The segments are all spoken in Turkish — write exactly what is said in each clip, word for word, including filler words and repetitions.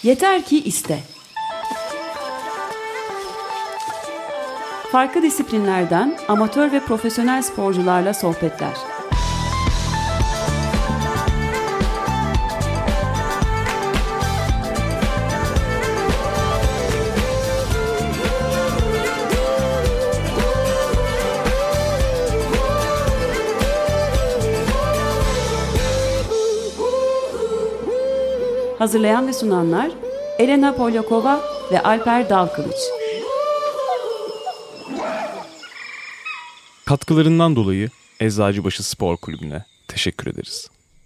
Yeter ki iste. Farklı disiplinlerden amatör ve profesyonel sporcularla sohbetler. Hazırlayan ve sunanlar Elena Polyakova ve Alper Dalkılıç. Katkılarından dolayı Eczacıbaşı Spor Kulübü'ne teşekkür ederiz.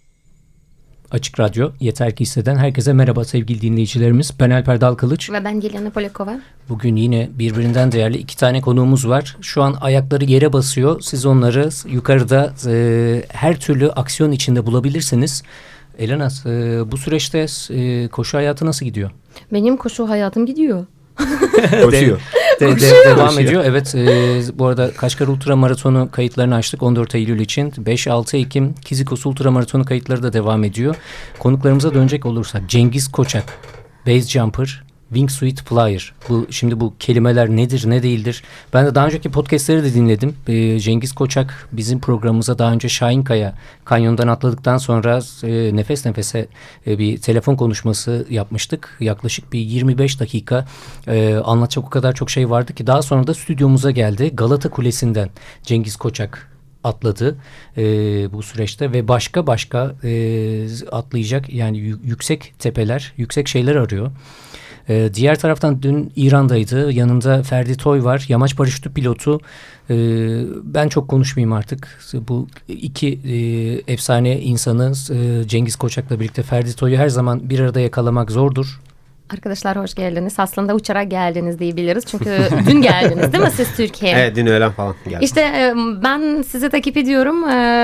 Açık Radyo Yeter ki İste'den herkese merhaba sevgili dinleyicilerimiz. Ben Alper Dalkılıç. Ve ben Elena Polyakova. Bugün yine birbirinden değerli iki tane konuğumuz var. Şu an ayakları yere basıyor. Siz onları yukarıda e, her türlü aksiyon içinde bulabilirsiniz. Elena, e, bu süreçte e, koşu hayatı nasıl gidiyor? Benim koşu hayatım gidiyor. Koşuyor. De, de, de, devam Koşuyor. ediyor. Evet, e, bu arada Kaşgar Ultra Maratonu kayıtlarını açtık on dört Eylül için. beş altı Ekim Kizikos Ultra Maratonu kayıtları da devam ediyor. Konuklarımıza dönecek olursak Cengiz Koçak, Base Jumper, Wingsuit Flyer. Bu şimdi bu kelimeler nedir, ne değildir? Ben de daha önceki podcastleri de dinledim. Ee, Cengiz Koçak bizim programımıza daha önce Şahinkaya kanyondan atladıktan sonra e, nefes nefese e, bir telefon konuşması yapmıştık. Yaklaşık bir yirmi beş dakika e, anlatacak o kadar çok şey vardı ki daha sonra da stüdyomuza geldi. Galata Kulesi'nden Cengiz Koçak atladı e, bu süreçte ve başka başka e, atlayacak yani y- yüksek tepeler, yüksek şeyler arıyor. Ee, diğer taraftan dün İran'daydı. Yanında Ferdi Toy var. Yamaç paraşütü pilotu. Ee, ben çok konuşmayayım artık. Bu iki e, efsane insanı e, Cengiz Koçak'la birlikte Ferdi Toy'u her zaman bir arada yakalamak zordur. Arkadaşlar hoş geldiniz. Aslında uçarak geldiniz diyebiliriz. Çünkü dün geldiniz değil mi siz Türkiye'ye? Evet, dün öğlen falan geldim. İşte ben sizi takip ediyorum.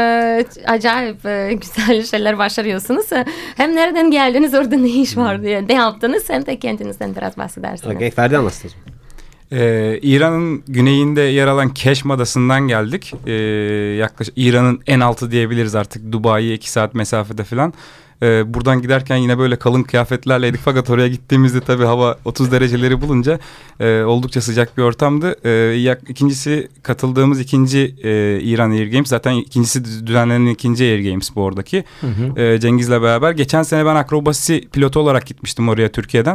Acayip güzel şeyler başarıyorsunuz. Hem nereden geldiniz, orada ne iş var diye, ne yaptınız, hem de kendinizden biraz bahsedersiniz. Okay, Ferdi anlatsın. Ee, İran'ın güneyinde yer alan Keşm Adası'ndan geldik. Ee, yaklaşık İran'ın en altı diyebiliriz artık. Dubai'ye iki saat mesafede falan. Ee, buradan giderken yine böyle kalın kıyafetlerleydik. Fakat oraya gittiğimizde tabii hava otuz dereceleri bulunca e, oldukça sıcak bir ortamdı. E, yak, ikincisi katıldığımız ikinci e, İran Air Games. Zaten ikincisi düzenlenen ikinci Air Games bu oradaki. Hı hı. E, Cengiz'le beraber. Geçen sene ben akrobasi pilotu olarak gitmiştim oraya Türkiye'den.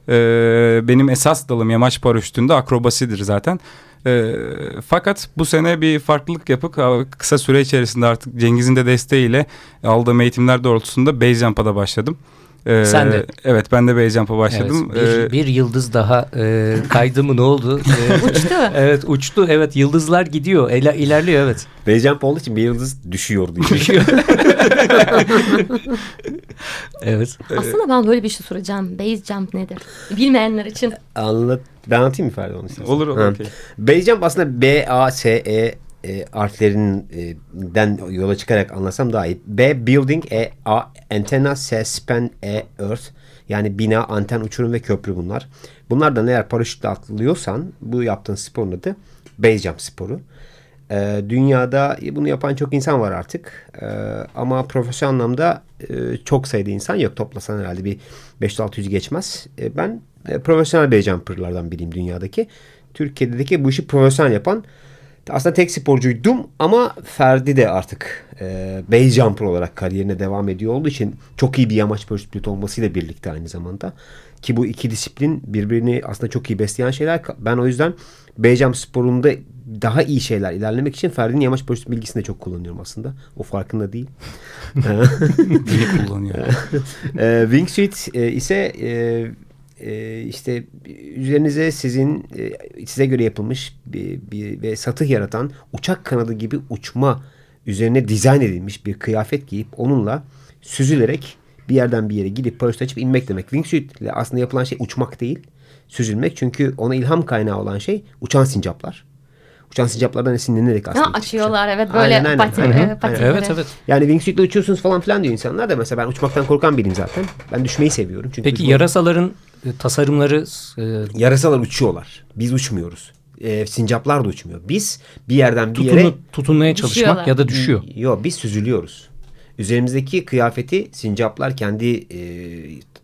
E, benim esas dalım yamaç paraşütünde akrobasidir zaten. E, fakat bu sene bir farklılık yapıp kısa süre içerisinde artık Cengiz'in de desteğiyle aldığım eğitimler doğrultusunda base jump'a da başladım. Ee, Sen de. Evet, ben de base jump'a başladım. Evet, bir, ee, bir yıldız daha e, kaydı mı ne oldu? Ee, uçtu. Evet, uçtu. Evet, yıldızlar gidiyor. İler, ilerliyor evet. Base jump olduğu için bir yıldız düşüyor diye. Düşüyor. Evet. Aslında ben böyle bir şey soracağım. Base jump nedir? Bilmeyenler için. Anlat. Ben anlatayım mı Ferdi onu istersen? Olur olur. Okay. Base jump aslında B A S E E, harflerinden yola çıkarak anlasam daha iyi. B building, E A antenna, S span, E earth. Yani bina, anten, uçurum ve köprü bunlar. Bunlardan eğer paraşütle atlıyorsan bu yaptığın sporun adı base jump sporu. Ee, dünyada bunu yapan çok insan var artık. Ee, ama profesyonel anlamda e, çok sayıda insan yok. Toplasan herhalde bir beş altı yüz geçmez. E, ben e, profesyonel base jumper'lardan biriyim dünyadaki. Türkiye'deki bu işi profesyonel yapan aslında tek sporcuydum ama Ferdi de artık e, base jumper olarak kariyerine devam ediyor olduğu için çok iyi bir yamaç paraşüt pilotu olmasıyla birlikte aynı zamanda. Ki bu iki disiplin birbirini aslında çok iyi besleyen şeyler. Ben o yüzden base jump sporunda daha iyi şeyler ilerlemek için Ferdi'nin yamaç paraşüt bilgisini de çok kullanıyorum aslında. O farkında değil. İyi kullanıyor. e, Wingsuit e, ise e, e, işte üzerinize sizin e, size göre yapılmış bir, bir ve satış yaratan uçak kanadı gibi uçma üzerine dizayn edilmiş bir kıyafet giyip onunla süzülerek bir yerden bir yere gidip paraşüt açıp inmek demek. Wingsuit ile aslında yapılan şey uçmak değil, süzülmek. Çünkü ona ilham kaynağı olan şey uçan sincaplar. Uçan sincaplardan esinlenerek aslında. Ha, açıyorlar evet böyle aynen, aynen, pati, aynen. e, patileri. Evet evet. Yani wingsuit'le uçuyorsunuz falan filan diyor insanlar da mesela ben uçmaktan korkan biriyim zaten. Ben düşmeyi seviyorum. Çünkü Peki uçmak... yarasaların e, tasarımları... E... Yarasalar uçuyorlar. Biz uçmuyoruz. E, sincaplar da uçmuyor. Biz bir yerden bir Tutunu, yere... Tutunmaya çalışmak ya da düşüyor. Yok biz süzülüyoruz. Üzerimizdeki kıyafeti sincaplar kendi e,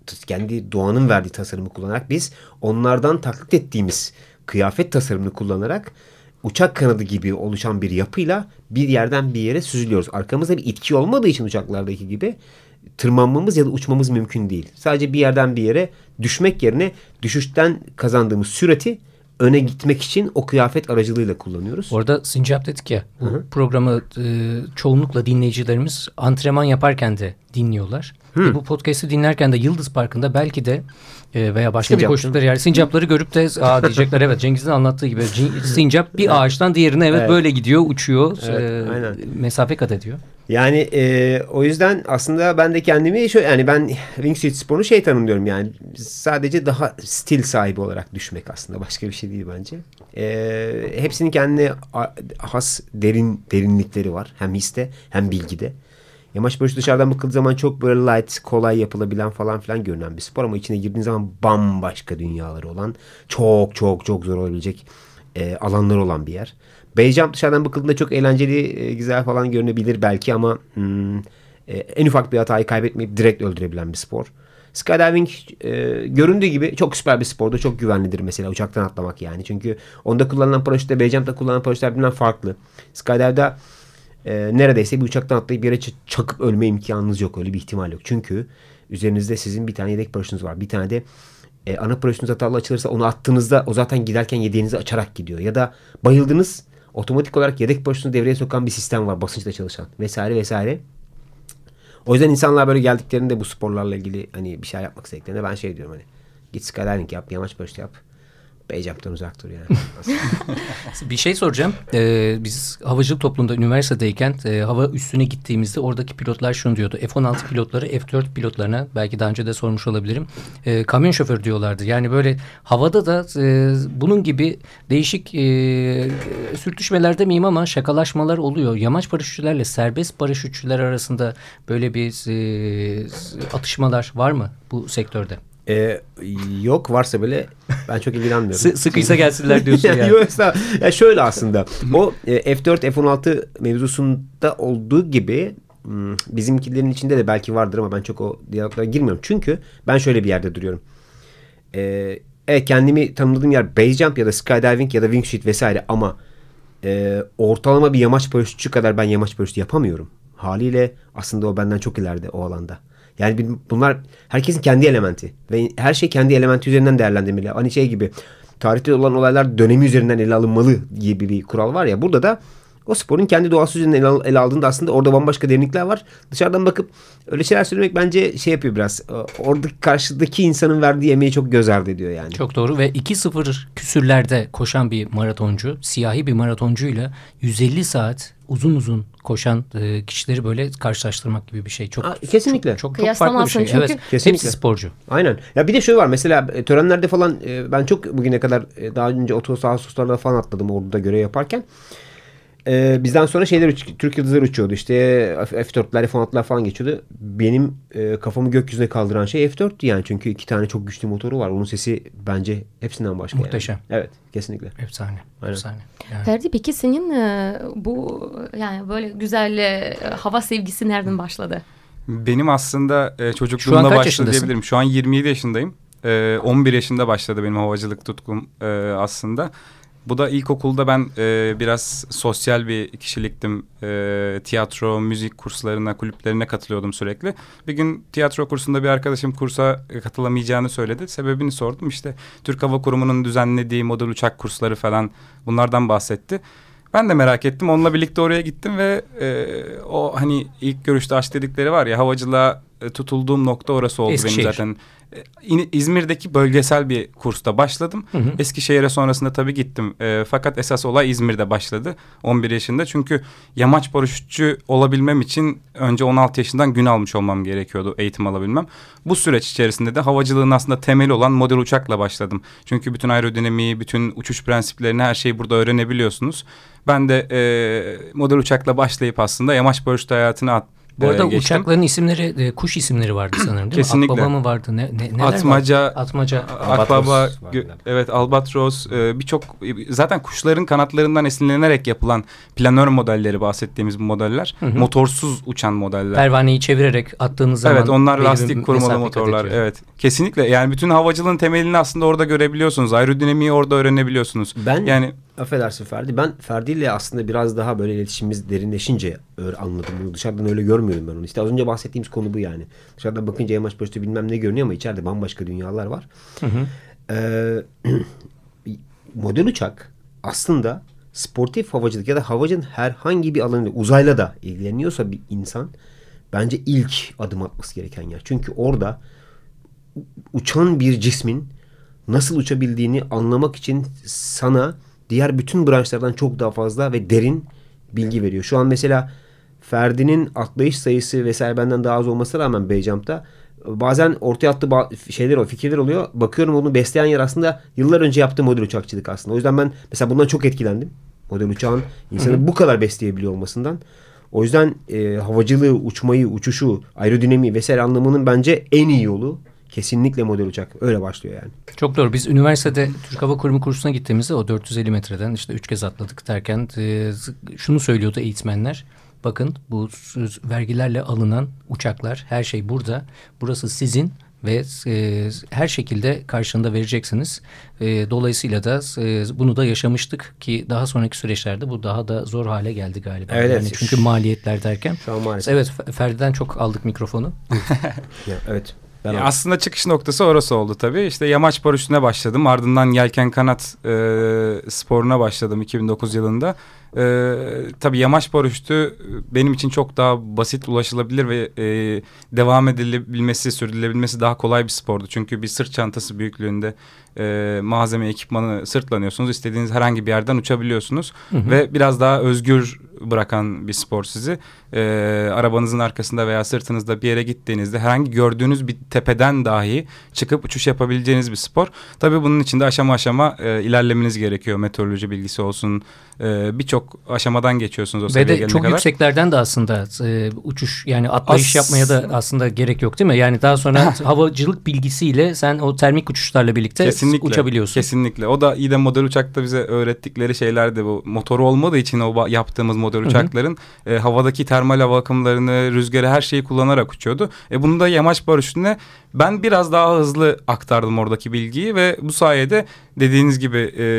kendi doğanın verdiği tasarımı kullanarak biz onlardan taklit ettiğimiz kıyafet tasarımını kullanarak uçak kanadı gibi oluşan bir yapıyla bir yerden bir yere süzülüyoruz. Arkamızda bir itki olmadığı için uçaklardaki gibi tırmanmamız ya da uçmamız mümkün değil. Sadece bir yerden bir yere düşmek yerine düşüşten kazandığımız sürati öne gitmek için o kıyafet aracılığıyla kullanıyoruz. Orada sincap dedik ya, bu Hı-hı. programı e, çoğunlukla dinleyicilerimiz antrenman yaparken de dinliyorlar. Ve bu podcast'i dinlerken de Yıldız Parkı'nda belki de e, veya başka Sincap. bir koştukları yer sincapları görüp de aa diyecekler evet Cengiz'in anlattığı gibi sincap bir ağaçtan diğerine evet, evet. böyle gidiyor, uçuyor, evet, e, aynen. mesafe kat ediyor. Yani e, o yüzden aslında ben de kendimi şöyle, yani ben wingsuit sporunu şey tanımlıyorum, yani sadece daha stil sahibi olarak düşmek, aslında başka bir şey değil bence. E, hepsinin kendine has derin derinlikleri var, hem histe hem bilgide. Yamaç paraşütü dışarıdan bakıldığı zaman çok böyle light, kolay yapılabilen falan filan görünen bir spor ama içine girdiğin zaman bambaşka dünyaları olan, çok çok çok zor olabilecek e, alanlar olan bir yer. Base jump dışarıdan bakıldığında çok eğlenceli, e, güzel falan görünebilir belki ama hmm, e, en ufak bir hatayı kaybetmeyip direkt öldürebilen bir spor. Skydiving e, göründüğü gibi çok süper bir sporda, çok güvenlidir mesela uçaktan atlamak yani. Çünkü onda kullanılan paraşütle base jump'ta kullanılan paraşütler birbirinden farklı. Skydive'da e, neredeyse bir uçaktan atlayıp yere ç- çakıp ölme imkanınız yok. Öyle bir ihtimal yok. Çünkü üzerinizde sizin bir tane yedek paraşütünüz var. Bir tane de e, ana paraşütünüz hatalı açılırsa onu attığınızda o zaten giderken yedeğinizi açarak gidiyor. Ya da bayıldınız, otomatik olarak yedek paraşütünü devreye sokan bir sistem var, basınçla çalışan vesaire vesaire. O yüzden insanlar böyle geldiklerinde bu sporlarla ilgili hani bir şey yapmak istediklerinde ben şey diyorum, hani git skydiving yap, yamaç paraşütü yap. Base jump'tan uzak dur yani. Bir şey soracağım. Ee, biz havacılık toplumunda üniversitedeyken e, hava üstüne gittiğimizde oradaki pilotlar şunu diyordu. F on altı pilotları F dört pilotlarına, belki daha önce de sormuş olabilirim, e, kamyon şoförü diyorlardı. Yani böyle havada da e, bunun gibi değişik e, sürtüşmeler demeyeyim ama şakalaşmalar oluyor. Yamaç paraşütçülerle serbest paraşütçüler arasında böyle bir e, atışmalar var mı bu sektörde? Ee, yok, varsa bile ben çok ilgilenmiyorum. S- sıkıysa gelsinler diyorsun yani. Yoksa ya şöyle aslında o e, F dört F on altı mevzusunda olduğu gibi bizimkilerin içinde de belki vardır ama ben çok o diyaloglara girmiyorum. Çünkü ben şöyle bir yerde duruyorum. Ee, evet, kendimi tanımladığım yer base jump ya da skydiving ya da wingsuit vesaire ama e, ortalama bir yamaç paraşütçü kadar ben yamaç paraşütü yapamıyorum. Haliyle aslında o benden çok ileride o alanda. Yani bunlar herkesin kendi elementi ve her şey kendi elementi üzerinden değerlendirmeli. Hani şey gibi, tarihte olan olaylar dönemi üzerinden ele alınmalı gibi bir kural var ya, burada da o sporun kendi doğası üzerinden ele, ele aldığında aslında orada bambaşka derinlikler var. Dışarıdan bakıp öyle şeyler söylemek bence şey yapıyor biraz. Oradaki karşıdaki insanın verdiği emeği çok göz ardı ediyor yani. Çok doğru ve iki sıfır küsürlerde koşan bir maratoncu, siyahi bir maratoncuyla yüz elli saat uzun uzun koşan e, kişileri böyle karşılaştırmak gibi bir şey. Çok Aa, kesinlikle. Çok, çok, çok farklı bir şey. Çünkü evet, kesinlikle. hepsi sporcu. Aynen. Ya bir de şöyle var mesela törenlerde falan ben çok bugüne kadar daha önce otosahasoslarda falan atladım orada görev yaparken. Ee, bizden sonra şeyler uç, Türk yıldızları uçuyordu. İşte F dörtler, F on altılar falan geçiyordu. Benim e, kafamı gökyüzüne kaldıran şey F dörttü yani. Çünkü iki tane çok güçlü motoru var. Onun sesi bence hepsinden başka. Muhteşem. Yani. Evet, kesinlikle. Efsane. Aynen. Efsane. Yani. Ferdi, peki senin e, bu yani böyle güzel e, hava sevgisi nereden başladı? Benim aslında e, çocukluğumda başladı yaşındasın? diyebilirim. Şu an yirmi yedi yaşındayım. E, on bir yaşında başladı benim havacılık tutkum e, aslında. Bu da ilkokulda ben e, biraz sosyal bir kişiliktim. E, tiyatro, müzik kurslarına, kulüplerine katılıyordum sürekli. Bir gün tiyatro kursunda bir arkadaşım kursa katılamayacağını söyledi. Sebebini sordum. İşte Türk Hava Kurumu'nun düzenlediği model uçak kursları falan, bunlardan bahsetti. Ben de merak ettim. Onunla birlikte oraya gittim ve e, o hani ilk görüşte aşk dedikleri var ya, havacılığa e, tutulduğum nokta orası oldu Eskişehir. benim zaten. E, İzmir'deki bölgesel bir kursta başladım. Hı hı. Eskişehir'e sonrasında tabii gittim. E, fakat esas olay İzmir'de başladı on bir yaşında. Çünkü yamaç paraşütçü olabilmem için önce on altı yaşından gün almış olmam gerekiyordu, eğitim alabilmem. Bu süreç içerisinde de havacılığın aslında temeli olan model uçakla başladım. Çünkü bütün aerodinamiği, bütün uçuş prensiplerini, her şeyi burada öğrenebiliyorsunuz. Ben de e, model uçakla başlayıp aslında yamaç paraşütü hayatına at, Bu arada e, geçtim. uçakların isimleri, e, kuş isimleri vardı sanırım değil mi? Kesinlikle. Akbaba mı vardı? Ne, ne, neler Atmaca, vardı? Atmaca, akbaba, gö- evet albatros, e, birçok zaten kuşların kanatlarından esinlenerek yapılan planör modelleri bahsettiğimiz bu modeller. Hı hı. Motorsuz uçan modeller. Pervaneyi çevirerek attığınız zaman. Evet, onlar lastik korumalı motorlar. Evet. Kesinlikle. Yani bütün havacılığın temelini aslında orada görebiliyorsunuz. Aerodinamiği orada öğrenebiliyorsunuz. Ben yani affedersin Ferdi. Ben Ferdi ile aslında biraz daha böyle iletişimimiz derinleşince anladım bunu. Dışarıdan öyle görmüyordum ben onu. İşte az önce bahsettiğimiz konu bu yani. Dışarıdan bakınca yamaç paraşütü bilmem ne görünüyor ama içeride bambaşka dünyalar var. Hı hı. Ee, model uçak aslında sportif havacılık ya da havacının herhangi bir alanında uzayla da ilgileniyorsa bir insan bence ilk adım atması gereken yer. Çünkü orada uçan bir cismin nasıl uçabildiğini anlamak için sana diğer bütün branşlardan çok daha fazla ve derin bilgi veriyor. Şu an mesela Ferdi'nin atlayış sayısı vesaire benden daha az olmasına rağmen Bayjump'ta bazen ortaya attığı şeyler oluyor, fikirler oluyor. Bakıyorum onu besleyen yer aslında yıllar önce yaptığı model uçakçılık aslında. O yüzden ben mesela bundan çok etkilendim. Model uçağın insanı hı hı. bu kadar besleyebiliyor olmasından. O yüzden e, havacılığı, uçmayı, uçuşu, aerodinamiği vesaire anlamının bence en iyi yolu kesinlikle model uçak. Öyle başlıyor yani. Çok doğru. Biz üniversitede Türk Hava Kurumu kursuna gittiğimizde o dört yüz elli metreden işte üç kez atladık derken e, şunu söylüyordu eğitmenler. Bakın bu vergilerle alınan uçaklar, her şey burada. Burası sizin ve e, her şekilde karşılığında vereceksiniz. E, dolayısıyla da e, bunu da yaşamıştık ki daha sonraki süreçlerde bu daha da zor hale geldi galiba. Evet, yani çünkü maliyetler derken. Şu an maalesef. Evet, Ferdi'den çok aldık mikrofonu. ya, evet. Ya aslında çıkış noktası orası oldu tabii. İşte yamaç paraşütüne başladım. Ardından yelken kanat e, sporuna başladım iki bin dokuz yılında. E, tabii yamaç paraşütü benim için çok daha basit, ulaşılabilir ve e, devam edilebilmesi, sürdürülebilmesi daha kolay bir spordu. Çünkü bir sırt çantası büyüklüğünde e, malzeme, ekipmanı sırtlanıyorsunuz. İstediğiniz herhangi bir yerden uçabiliyorsunuz. Hı hı. Ve biraz daha özgür bırakan bir spor sizi. E, arabanızın arkasında veya sırtınızda bir yere gittiğinizde herhangi gördüğünüz bir tepeden dahi çıkıp uçuş yapabileceğiniz bir spor. Tabii bunun için de aşama aşama e, ilerlemeniz gerekiyor. Meteoroloji bilgisi olsun. E, Birçok aşamadan geçiyorsunuz o seviyeye gelene kadar. Ve de çok yükseklerden de aslında e, uçuş yani atlayış As... yapmaya da aslında gerek yok değil mi? Yani daha sonra havacılık bilgisiyle sen o termik uçuşlarla birlikte kesinlikle, uçabiliyorsun. Kesinlikle. O da iyi de model uçakta bize öğrettikleri şeylerdi bu. Motoru olmadığı için o yaptığımız model uçakların e, havadaki termal hava akımlarını, rüzgarı her şeyi kullanarak uçuyordu. E, bunu da yamaç paraşütüne ben biraz daha hızlı aktardım oradaki bilgiyi ve bu sayede dediğiniz gibi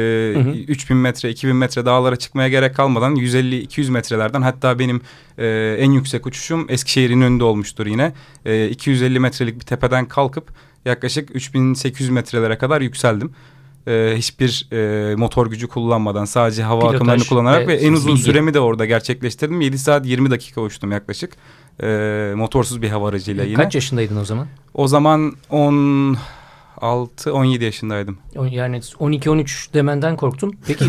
e, üç bin metre, iki bin metre dağlara çıkmaya gerek kalmadan yüz elli iki yüz metrelerden hatta benim e, en yüksek uçuşum Eskişehir'in önünde olmuştur yine. E, iki yüz elli metrelik bir tepeden kalkıp yaklaşık üç bin sekiz yüz metrelere kadar yükseldim. Ee, hiçbir e, motor gücü kullanmadan sadece hava Pilotaj akımlarını kullanarak ve, ve en uzun bilgi. Süremi de orada gerçekleştirdim. yedi saat yirmi dakika uçtum yaklaşık. Ee, motorsuz bir hava aracıyla yine. Kaç yaşındaydın o zaman? O zaman on altı on yedi yaşındaydım. Yani on iki on üç demenden korktum. Peki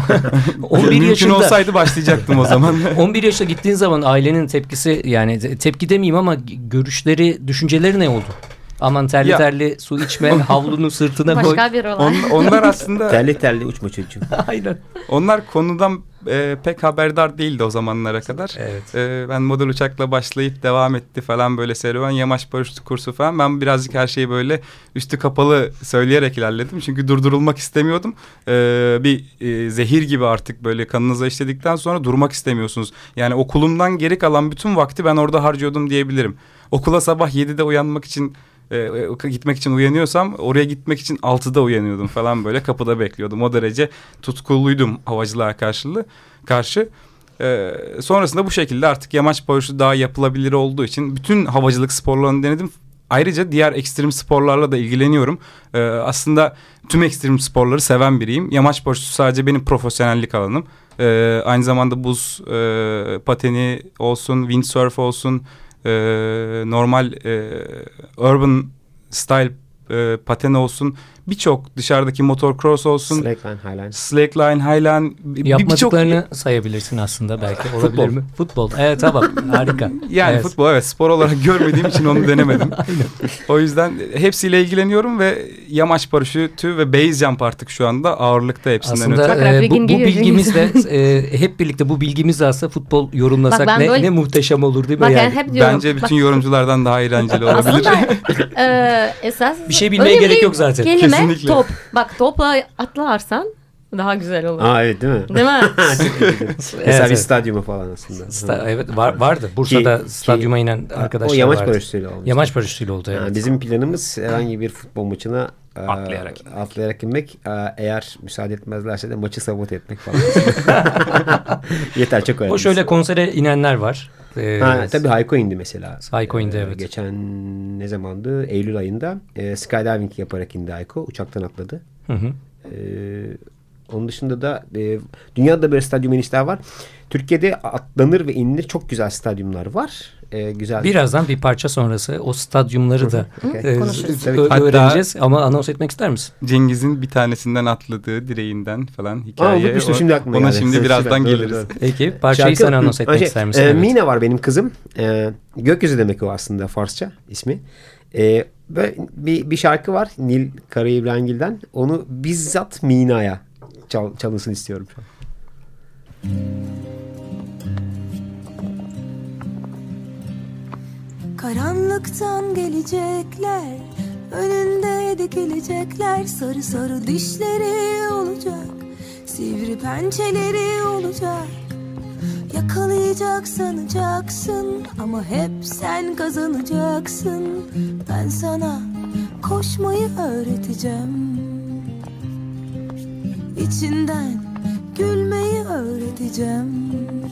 on bir Mümkün yaşında olsaydı başlayacaktım o zaman. on bir yaşında gittiğin zaman ailenin tepkisi yani tepki demeyeyim ama görüşleri, düşünceleri ne oldu? Aman terli ya. terli su içme, havlunu sırtına koy. Başka bir olay. On, onlar aslında... terli terli uçma çocuğum. Aynen. Onlar konudan e, pek haberdar değildi o zamanlara kadar. Evet. E, ben model uçakla başlayıp devam etti falan böyle serüven, yamaç paraşütü kursu falan. Ben birazcık her şeyi böyle üstü kapalı söyleyerek ilerledim. Çünkü durdurulmak istemiyordum. E, bir e, zehir gibi artık böyle kanınıza işledikten sonra durmak istemiyorsunuz. Yani okulumdan geri kalan bütün vakti ben orada harcıyordum diyebilirim. Okula sabah yedide uyanmak için... E, gitmek için uyanıyorsam oraya gitmek için altıda uyanıyordum falan böyle kapıda bekliyordum. O derece tutkuluydum havacılığa karşılığı, karşı. E, sonrasında bu şekilde artık yamaç paraşütü daha yapılabilir olduğu için bütün havacılık sporlarını denedim. Ayrıca diğer ekstrem sporlarla da ilgileniyorum. E, aslında tüm ekstrem sporları seven biriyim. Yamaç paraşütü sadece benim profesyonellik alanım. E, aynı zamanda buz e, pateni olsun, windsurf olsun... Ee, normal e, urban style e, paten olsun birçok dışarıdaki motocross olsun. Slackline, Highline. Slackline, Highline. Yapmadıklarını birçok... sayabilirsin aslında belki. Olabilir mi? Futbol. Evet tamam. Harika. Yani evet. futbol evet spor olarak görmediğim için onu denemedim. O yüzden hepsiyle ilgileniyorum ve yamaç paraşütü ve base jump artık şu anda ağırlıkta hepsinden aslında, öte. e, bu, bu bilgimizle e, hep birlikte bu bilgimizle aslında futbol yorumlasak Bak, ne, böyle... ne muhteşem olur değil mi? Bak, yani? hep diyorum. Bence bütün yorumculardan daha eğlenceli olabilir. Aslında e, esas bir şey bilmeye gerek yok zaten. Kelime Kesinlikle. top. Bak topla atlarsan daha güzel olur. Aa evet değil mi? Değil mi? Mesela Evet, bir evet. stadyumu falan aslında. Sta- evet var, vardı. Bursa'da Ki- stadyuma ki- inen arkadaşlar O yamaç vardı. paraşütüyle olmuş. Yamaç paraşütüyle oldu evet. Yani bizim planımız herhangi bir futbol maçına e, Atlayarak inmek. atlayarak inmek. E, eğer müsaade etmezlerse de maçı sabote etmek falan. Yeter çok önemli. O şöyle konsere inenler var. Ee, Ha, tabii Hayko indi mesela. Hayko indi, Ee, evet. Geçen ne zamandı? Eylül ayında e, skydiving yaparak indi Hayko. Uçaktan atladı. Hı hı. Ee, onun dışında da e, dünyada böyle stadyum inişler var. Türkiye'de atlanır ve inilir çok güzel stadyumlar var. Ee, güzel. Birazdan bir parça sonrası o stadyumları da Okay. e, Konuşuruz. ö- Hatta- öğreneceğiz ama anons etmek ister misin? Cengiz'in bir tanesinden atladığı direğinden falan Aa, hikaye. unutmuştum, O- şimdi aklıma Ona geldi. şimdi Süper, birazdan doğru, geliriz. doğru. Peki parçayı Şarkı- sen anons etmek Önce, ister misin? E, Evet. Mina var benim kızım. E, gökyüzü demek o aslında Farsça ismi. E, böyle bir, bir şarkı var Nil Karayıbrangil'den. Onu bizzat Mina'ya çal, çalınsın istiyorum şu an. Karanlıktan gelecekler, önünde dikilecekler, sarı sarı dişleri olacak, sivri pençeleri olacak. Yakalayacak sanacaksın ama hep sen kazanacaksın. Ben sana koşmayı öğreteceğim, İçinden gülmeyi öğreteceğim.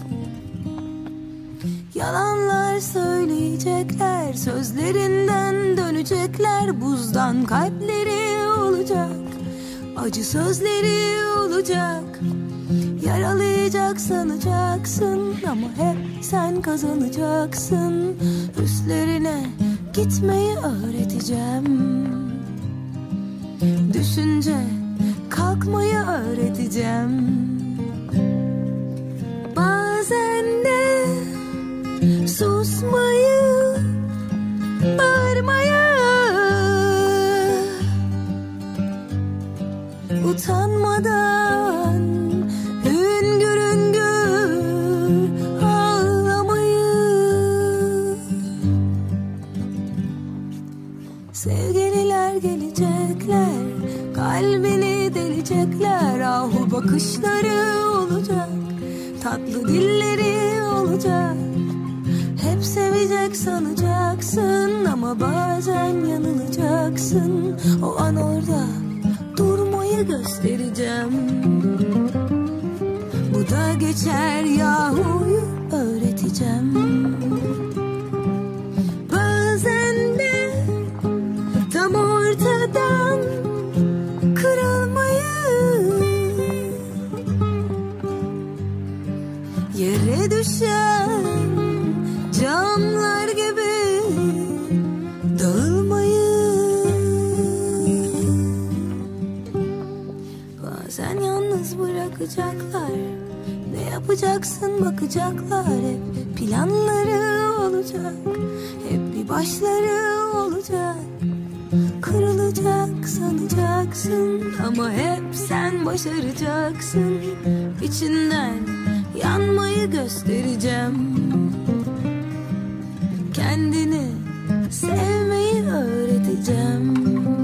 Yalanlar söyleyecekler, sözlerinden dönecekler, buzdan kalpleri olacak, acı sözleri olacak. Yaralayacak sanacaksın ama hep sen kazanacaksın. Üstlerine gitmeyi öğreteceğim, düşünce kalkmayı öğreteceğim. Bazen de susmayı, bağırmayı, utanmadan hüngür hüngür ağlamayı. Sevgililer gelecekler, kalbini delecekler, ahu bakışları olacak, tatlı dilleri olacak. Hep sevecek sanacaksın ama bazen yanılacaksın. O an orada durmayı göstereceğim. Bu da geçer yahu'yu öğreteceğim. Bazen de tam ortadan kırılmayı, yere düşen camlar gibi dağılmayı. Bazen yalnız bırakacaklar, ne yapacaksın bakacaklar. Hep planları olacak, hep bir başları olacak. Kırılacak sanacaksın ama hep sen başaracaksın. İçinden yanmayı göstereceğim, kendini sevmeyi öğreteceğim.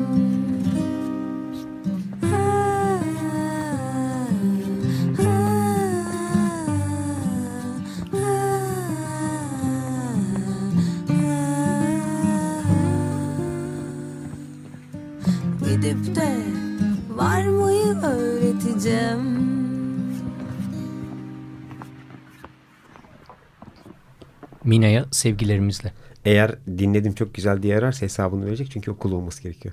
Ha, ha, ha, ha. Gidip de varmayı öğreteceğim. Mina'ya sevgilerimizle. Eğer dinledim çok güzel diye ararsa hesabını verecek çünkü okul olması gerekiyor.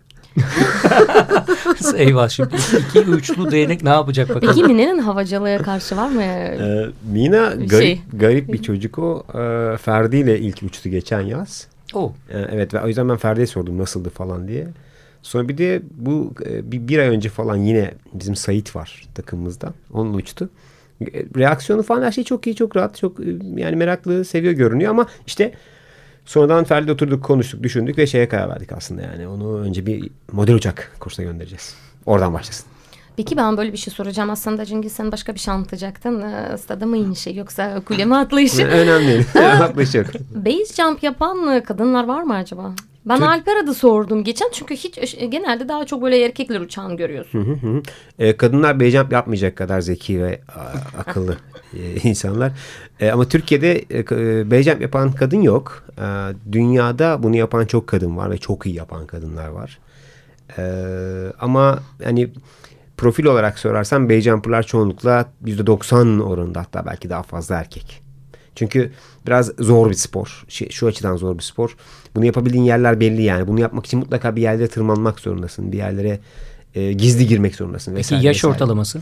Eyvah şimdi iki, iki uçlu değnek ne yapacak bakalım. Peki Mine'nin havacılığa karşı var mı? Ee, Mina Bir garip, şey. garip bir çocuk o. Ee, Ferdi ile ilk uçtu geçen yaz. Oh. Ee, evet ve o yüzden ben Ferdi'ye sordum nasıldı falan diye. Sonra bir de bu e, bir, bir ay önce falan yine bizim Sait var takımımızda. Onunla uçtu. E, reaksiyonu falan her şey çok iyi, çok rahat, çok e, yani meraklı, seviyor görünüyor ama işte sonradan Ferdi'yle oturduk, konuştuk, düşündük ve şeye karar verdik aslında yani. Onu önce bir model uçak kursuna göndereceğiz. Oradan başlasın. Peki ben böyle bir şey soracağım aslında Cengiz, sen başka bir şey anlatacaktın. Ee, Stada mı inişi yoksa kule mi atlayışı? Önemli değil. Atlayışı yok. Base jump yapan kadınlar var mı acaba? Ben Türk... Alper adı sordum geçen çünkü hiç genelde daha çok böyle erkekler uçağını görüyorsun. Hı hı hı. E, kadınlar base jump yapmayacak kadar zeki ve a, akıllı e, insanlar. E, ama Türkiye'de e, base jump yapan kadın yok. E, dünyada bunu yapan çok kadın var ve çok iyi yapan kadınlar var. E, ama hani profil olarak sorarsan base jumper'lar çoğunlukla yüzde doksan oranında, hatta belki daha fazla erkek. Çünkü biraz zor bir spor. Şu, şu açıdan zor bir spor. Bunu yapabildiğin yerler belli yani. Bunu yapmak için mutlaka bir yerlere tırmanmak zorundasın. Bir yerlere e, gizli girmek zorundasın. Peki vesaire, yaş vesaire. Ortalaması?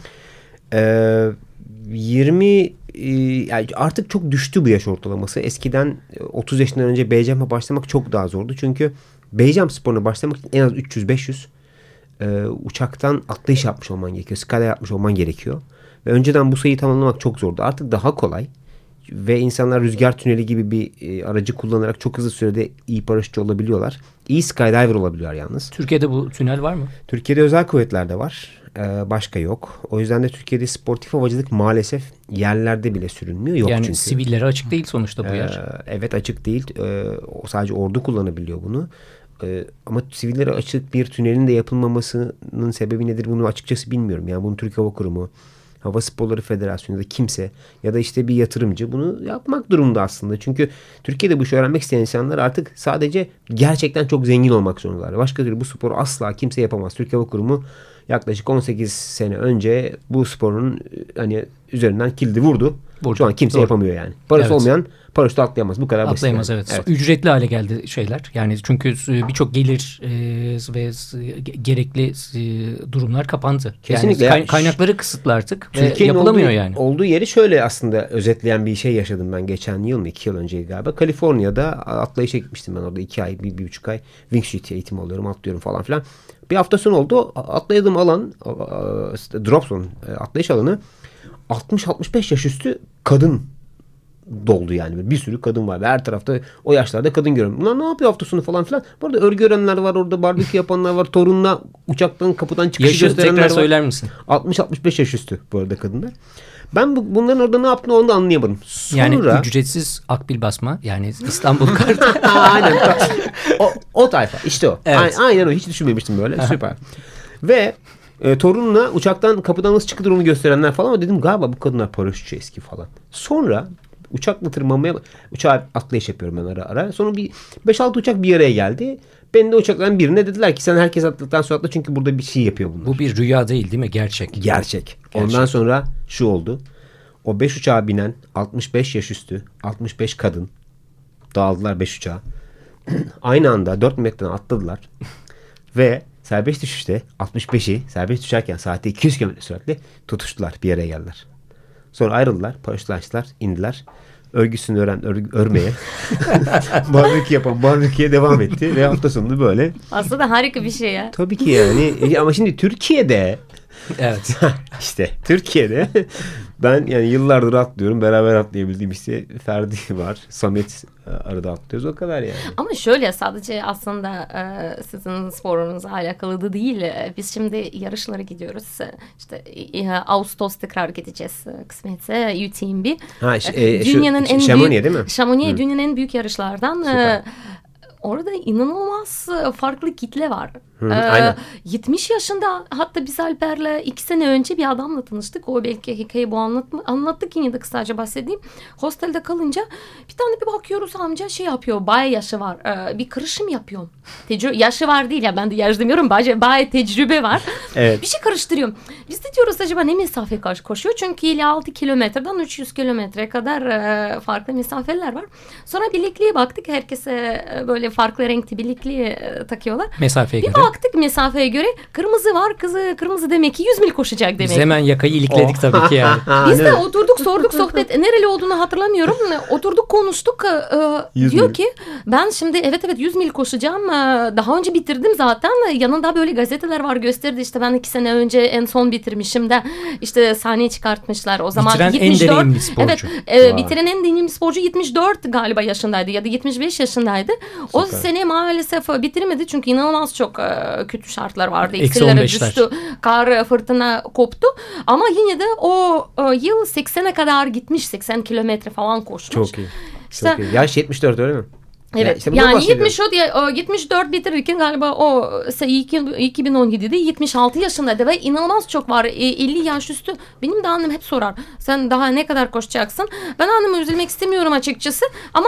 Ee, yirmi e, yani artık çok düştü bu yaş ortalaması. Eskiden otuz yaşından önce base jump'a başlamak çok daha zordu. Çünkü base jump sporuna başlamak için en az üç yüz beş yüz e, uçaktan atlayış yapmış olman gerekiyor. Skala yapmış olman gerekiyor. Ve önceden bu sayıyı tamamlamak çok zordu. Artık daha kolay. Ve insanlar rüzgar tüneli gibi bir e, aracı kullanarak çok hızlı sürede iyi paraşütçü olabiliyorlar. İyi skydiver olabiliyorlar yalnız. Türkiye'de bu tünel var mı? Türkiye'de özel kuvvetlerde var. Ee, başka yok. O yüzden de Türkiye'de sportif havacılık maalesef yerlerde bile sürülmüyor. Yok yani çünkü. Sivillere açık değil sonuçta bu yer. Ee, evet açık değil. Ee, sadece ordu kullanabiliyor bunu. Ee, ama sivillere açık bir tünelin de yapılmamasının sebebi nedir bunu açıkçası bilmiyorum. Yani bunu Türk Hava Kurumu, Hava Sporları Federasyonu'nda kimse ya da işte bir yatırımcı bunu yapmak durumunda aslında. Çünkü Türkiye'de bu işi öğrenmek isteyen insanlar artık sadece gerçekten çok zengin olmak zorundalar. Başka türlü bu sporu asla kimse yapamaz. Türk Hava Kurumu yaklaşık on sekiz sene önce bu sporun hani üzerinden kilidi vurdu. vurdu. Şu an kimse Doğru. yapamıyor yani. Parası evet. olmayan paraşütü atlayamaz. Bu kadar basit. Atlayamaz yani. evet. evet. Ücretli hale geldi şeyler. Yani çünkü birçok gelir e, ve gerekli e, durumlar kapandı. Kesinlikle. Yani kaynakları kısıtlı artık ve yapılamıyor olduğu, yani. Olduğu yeri şöyle aslında özetleyen bir şey yaşadım ben geçen yıl mı? iki yıl önce galiba. Kaliforniya'da atlayışa gitmiştim ben orada iki ay, bir, bir buçuk ay. Wing Chut eğitimi alıyorum, atlıyorum falan filan. Bir hafta sonu oldu. Atladığım alan, drop zone, atlayış alanı altmış altmış beş yaş üstü kadın doldu yani. Bir sürü kadın var. Her tarafta o yaşlarda kadın görüyorum. Bunlar ne yapıyor hafta sonu falan filan. Bu arada örgü örenler var orada. Barbekü yapanlar var. Torunla uçaktan kapıdan çıkışı Yaşı gösterenler tekrar var. söyler misin? altmış altmış beş yaş üstü bu arada kadınlar. Ben bu, bunların orada ne yaptığını onu da anlayamadım. Sonra... Yani ücretsiz akbil basma. Yani İstanbul kartı. Aynen. O, o tayfa. İşte o. Evet. Aynen o. Hiç düşünmemiştim böyle. Süper. Ve e, torunla uçaktan kapıdan nasıl çıkılır onu gösterenler falan. Ama dedim galiba bu kadınlar paraşütçü eski falan. Sonra uçakla tırmanmaya, uçağa atlayış yapıyorum ben ara ara. Sonra bir beş altı uçak bir araya geldi. Ben de uçakların birine dediler ki sen herkes atladıktan sonra atla çünkü burada bir şey yapıyor bunlar. Bu bir rüya değil değil mi? Gerçek. Gerçek. Gerçek. Ondan sonra şu oldu. O beş uçağa binen altmış beş yaş üstü altmış beş kadın dağıldılar beş uçağa. Aynı anda dört metreden atladılar. Ve serbest düşüşte altmış beşi serbest düşerken saatte iki yüz kilometre süratle tutuştular. Bir yere geldiler. Sonra ayrıldılar. Paraşütle açtılar. indiler. Örgüsünü öğren, ör, örmeye. Barbekü yapan barbeküye devam etti. Ve hafta sonunda böyle. Aslında harika bir şey ya. Tabii ki yani. Ama şimdi Türkiye'de evet. işte Türkiye'de ben yani yıllardır atlıyorum. Beraber atlayabildiğim işte Ferdi var. Samet arada atlıyoruz. O kadar yani. Ama şöyle sadece aslında e, sizin sporunuzla alakalı da değil. Biz şimdi yarışlara gidiyoruz. İşte e, Ağustos tekrar gideceğiz kısmetse U T M B. Ha, e, dünyanın şu, en Chamonix büyük, değil mi? Chamonix dünyanın en büyük yarışlardan. E, orada inanılmaz farklı kitle var. Hı, aynen. yetmiş yaşında hatta biz Alper'le iki sene önce bir adamla tanıştık. O belki hikayeyi bu anlatma, anlattık yine de kısaca bahsedeyim. Hostelde kalınca bir tane bir bakıyoruz amca şey yapıyor. Bayağı yaşı var. Bir karışım yapıyor. Tecrübe, yaşı var değil ya ben de yaş demiyorum. Bayağı, bayağı tecrübe var. Evet. Bir şey karıştırıyorum. Biz de diyoruz acaba ne mesafe karşı koşuyor? Çünkü elli altı kilometreden üç yüz kilometre kadar farklı mesafeler var. Sonra bilekliğe baktık. Herkese böyle farklı renkli bilekliği e, takıyorlar. Mesafeye bir göre. Bir baktık mesafeye göre kırmızı var, kızı kırmızı demek ki yüz mil koşacak demek. Biz hemen yakayı ilikledik oh. tabii ki yani. Biz de oturduk sorduk sohbet nereli olduğunu hatırlamıyorum. Oturduk konuştuk. E, diyor mil. ki ben şimdi evet evet yüz mil koşacağım. Daha önce bitirdim zaten. Yanında böyle gazeteler var gösterdi. İşte ben iki sene önce en son bitirmişim de işte sahneye çıkartmışlar. O zaman bitiren yetmiş dört, en deneyimli sporcu. Evet e, bitiren en deneyimli sporcu yetmiş dört galiba yaşındaydı ya da yetmiş beş yaşındaydı. Süper. O sene maalesef bitiremedi çünkü inanılmaz çok e, kötü şartlar vardı. Eksillere düştü. Kar, fırtına koptu. Ama yine de o e, yıl seksene kadar gitmiş. seksen kilometre falan koşmuş. Çok iyi. İşte, çok iyi. Yaş yetmiş dört öyle mi? Evet. Ya işte yani yetmiş yetmiş dört bitirirken galiba o iki bin on yedide yetmiş altı yaşındaydı ve inanılmaz çok var. elli yaş üstü. Benim de annem hep sorar. Sen daha ne kadar koşacaksın? Ben anneme üzülmek istemiyorum açıkçası. Ama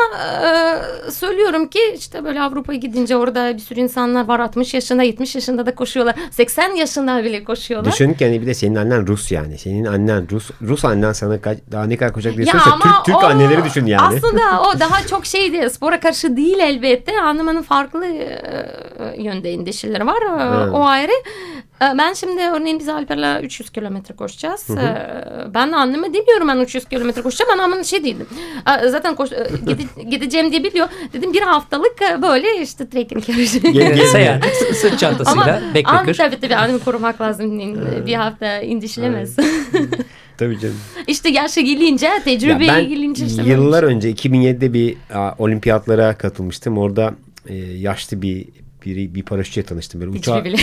e, söylüyorum ki işte böyle Avrupa'ya gidince orada bir sürü insanlar var. altmış yaşında, yetmiş yaşında da koşuyorlar. seksen yaşında bile koşuyorlar. Düşün ki hani bir de senin annen Rus yani. Senin annen Rus. Rus annen sana kaç, daha ne kadar koşacak diye sorsa Türk, Türk o, anneleri düşün yani. Aslında o daha çok şeydi. Spora karşı değil elbette. Annemin farklı e, yönde endişeleri var. Evet. O ayrı. E, ben şimdi örneğin biz Alper'le üç yüz kilometre koşacağız. Hı hı. E, ben anneme demiyorum ben üç yüz kilometre koşacağım. Ben annemin şey değildim. E, zaten koş, e, gide, gideceğim diye biliyor. Dedim bir haftalık böyle işte trekking yarışı. Seyahat. Sırt çantasıyla backpacker. Tabii tabii annemi korumak lazım. Bir hafta indişilemez. Tabii canım. İşte yaşa gelince, tecrübeye gelince. Işte yıllar böyle. önce iki bin yedide bir a, olimpiyatlara katılmıştım. Orada e, yaşlı bir biri bir paraşütçüye tanıştım. Böyle uçağa, tecrübeli.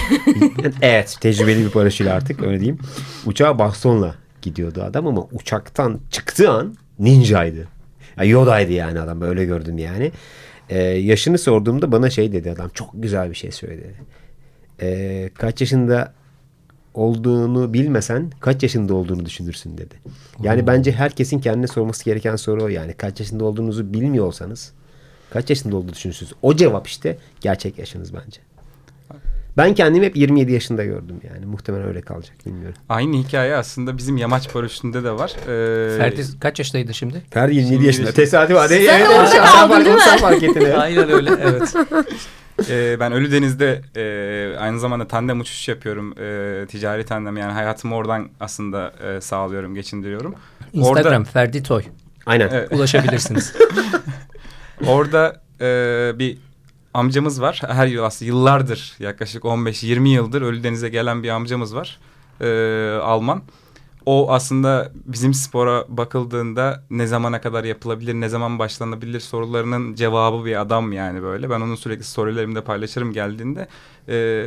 Evet, tecrübeli bir paraşütle artık öyle diyeyim. Uçağa bastonla gidiyordu adam ama uçaktan çıktığı an ninjaydı. Yani Yoda'ydı yani adam, böyle gördüm yani. E, yaşını sorduğumda bana şey dedi adam, çok güzel bir şey söyledi. E, kaç yaşında olduğunu bilmesen kaç yaşında olduğunu düşünürsün dedi. Yani hmm. bence herkesin kendine sorması gereken soru o yani. Kaç yaşında olduğunuzu bilmiyor olsanız kaç yaşında olduğunu düşünürsünüz. O cevap işte gerçek yaşınız bence. Ben kendimi hep yirmi yedi yaşında gördüm yani. Muhtemelen öyle kalacak, bilmiyorum. Aynı hikaye aslında bizim yamaç paraşütünde de var. Ee... Ferdi kaç yaşındaydı şimdi? Ferdi yirmi yedi yaşında. Tesadüf hadi. Sen evet, orada kaldın değil mi? Sen fark ettin. Aynen öyle, evet. ee, ben Ölüdeniz'de e, aynı zamanda tandem uçuş yapıyorum. E, ticari tandem, yani hayatımı oradan aslında e, sağlıyorum, geçindiriyorum. Instagram orada... Ferdi Toy. Aynen. Evet. Ulaşabilirsiniz. Orada e, bir amcamız var. Her yıl aslında yıllardır, yaklaşık on beş yirmi yıldır Ölüdeniz'e gelen bir amcamız var. E, Alman. O aslında bizim spora bakıldığında ne zamana kadar yapılabilir, ne zaman başlanabilir sorularının cevabı bir adam yani böyle. Ben onun sürekli storylerimde paylaşırım geldiğinde. Ee,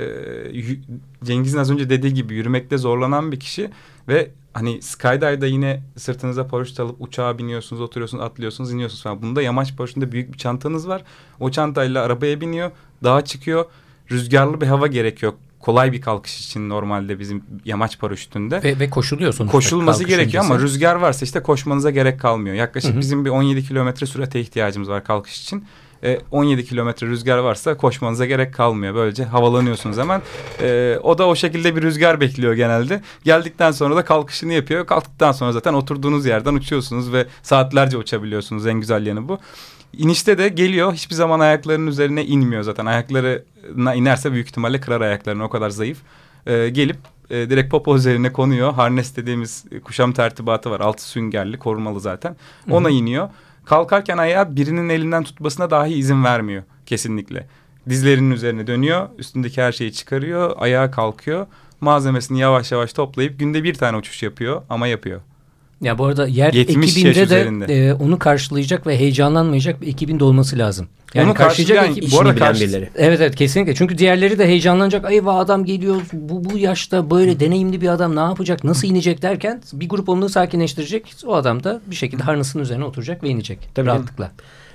Cengiz'in az önce dediği gibi yürümekte zorlanan bir kişi ve hani skydive'da yine sırtınıza paraşüt alıp uçağa biniyorsunuz, oturuyorsunuz, atlıyorsunuz, iniyorsunuz falan. Bunda yamaç paraşütünde büyük bir çantanız var. O çantayla arabaya biniyor, dağa çıkıyor. Rüzgarlı bir hava gerekiyor. Kolay bir kalkış için normalde bizim yamaç paraşütünde. Ve, ve koşuluyor sonuçta. Koşulması gerekiyor öncesi. Ama rüzgar varsa işte koşmanıza gerek kalmıyor. Yaklaşık hı hı. bizim bir on yedi kilometre sürate ihtiyacımız var kalkış için. E, on yedi kilometre rüzgar varsa koşmanıza gerek kalmıyor. Böylece havalanıyorsunuz hemen. E, o da o şekilde bir rüzgar bekliyor genelde. Geldikten sonra da kalkışını yapıyor. Kalktıktan sonra zaten oturduğunuz yerden uçuyorsunuz ve saatlerce uçabiliyorsunuz. En güzel yanı bu. İnişte de geliyor, hiçbir zaman ayaklarının üzerine inmiyor zaten. Ayaklarına inerse büyük ihtimalle kırar ayaklarını, o kadar zayıf. Ee, gelip e, direkt popo üzerine konuyor. Harness dediğimiz kuşam tertibatı var. Altı süngerli, korumalı zaten. Ona Hı-hı. iniyor. Kalkarken ayağı birinin elinden tutmasına dahi izin vermiyor kesinlikle. Dizlerinin üzerine dönüyor. Üstündeki her şeyi çıkarıyor. Ayağa kalkıyor. Malzemesini yavaş yavaş toplayıp günde bir tane uçuş yapıyor ama yapıyor. Ya bu arada yer ekibinde de e, onu karşılayacak ve heyecanlanmayacak bir ekibin de olması lazım. Yani onu karşılayacak karşılayan, ekip, bu arada işini bilen karşı... birileri. Evet evet kesinlikle. Çünkü diğerleri de heyecanlanacak. Ay vah adam geliyor. Bu bu yaşta böyle deneyimli bir adam ne yapacak? Nasıl inecek derken bir grup onu sakinleştirecek. O adam da bir şekilde harness'ın üzerine oturacak ve inecek. Tabii rahatlıkla.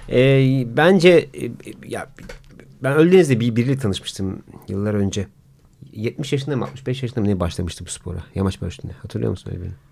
Ee, bence e, ya ben Ölüdeniz'de bir biriyle tanışmıştım yıllar önce. yetmiş yaşında mı altmış beş yaşında mı ne başlamıştı bu spora? Yamaç paraşütünde. Hatırlıyor musun öyle birini?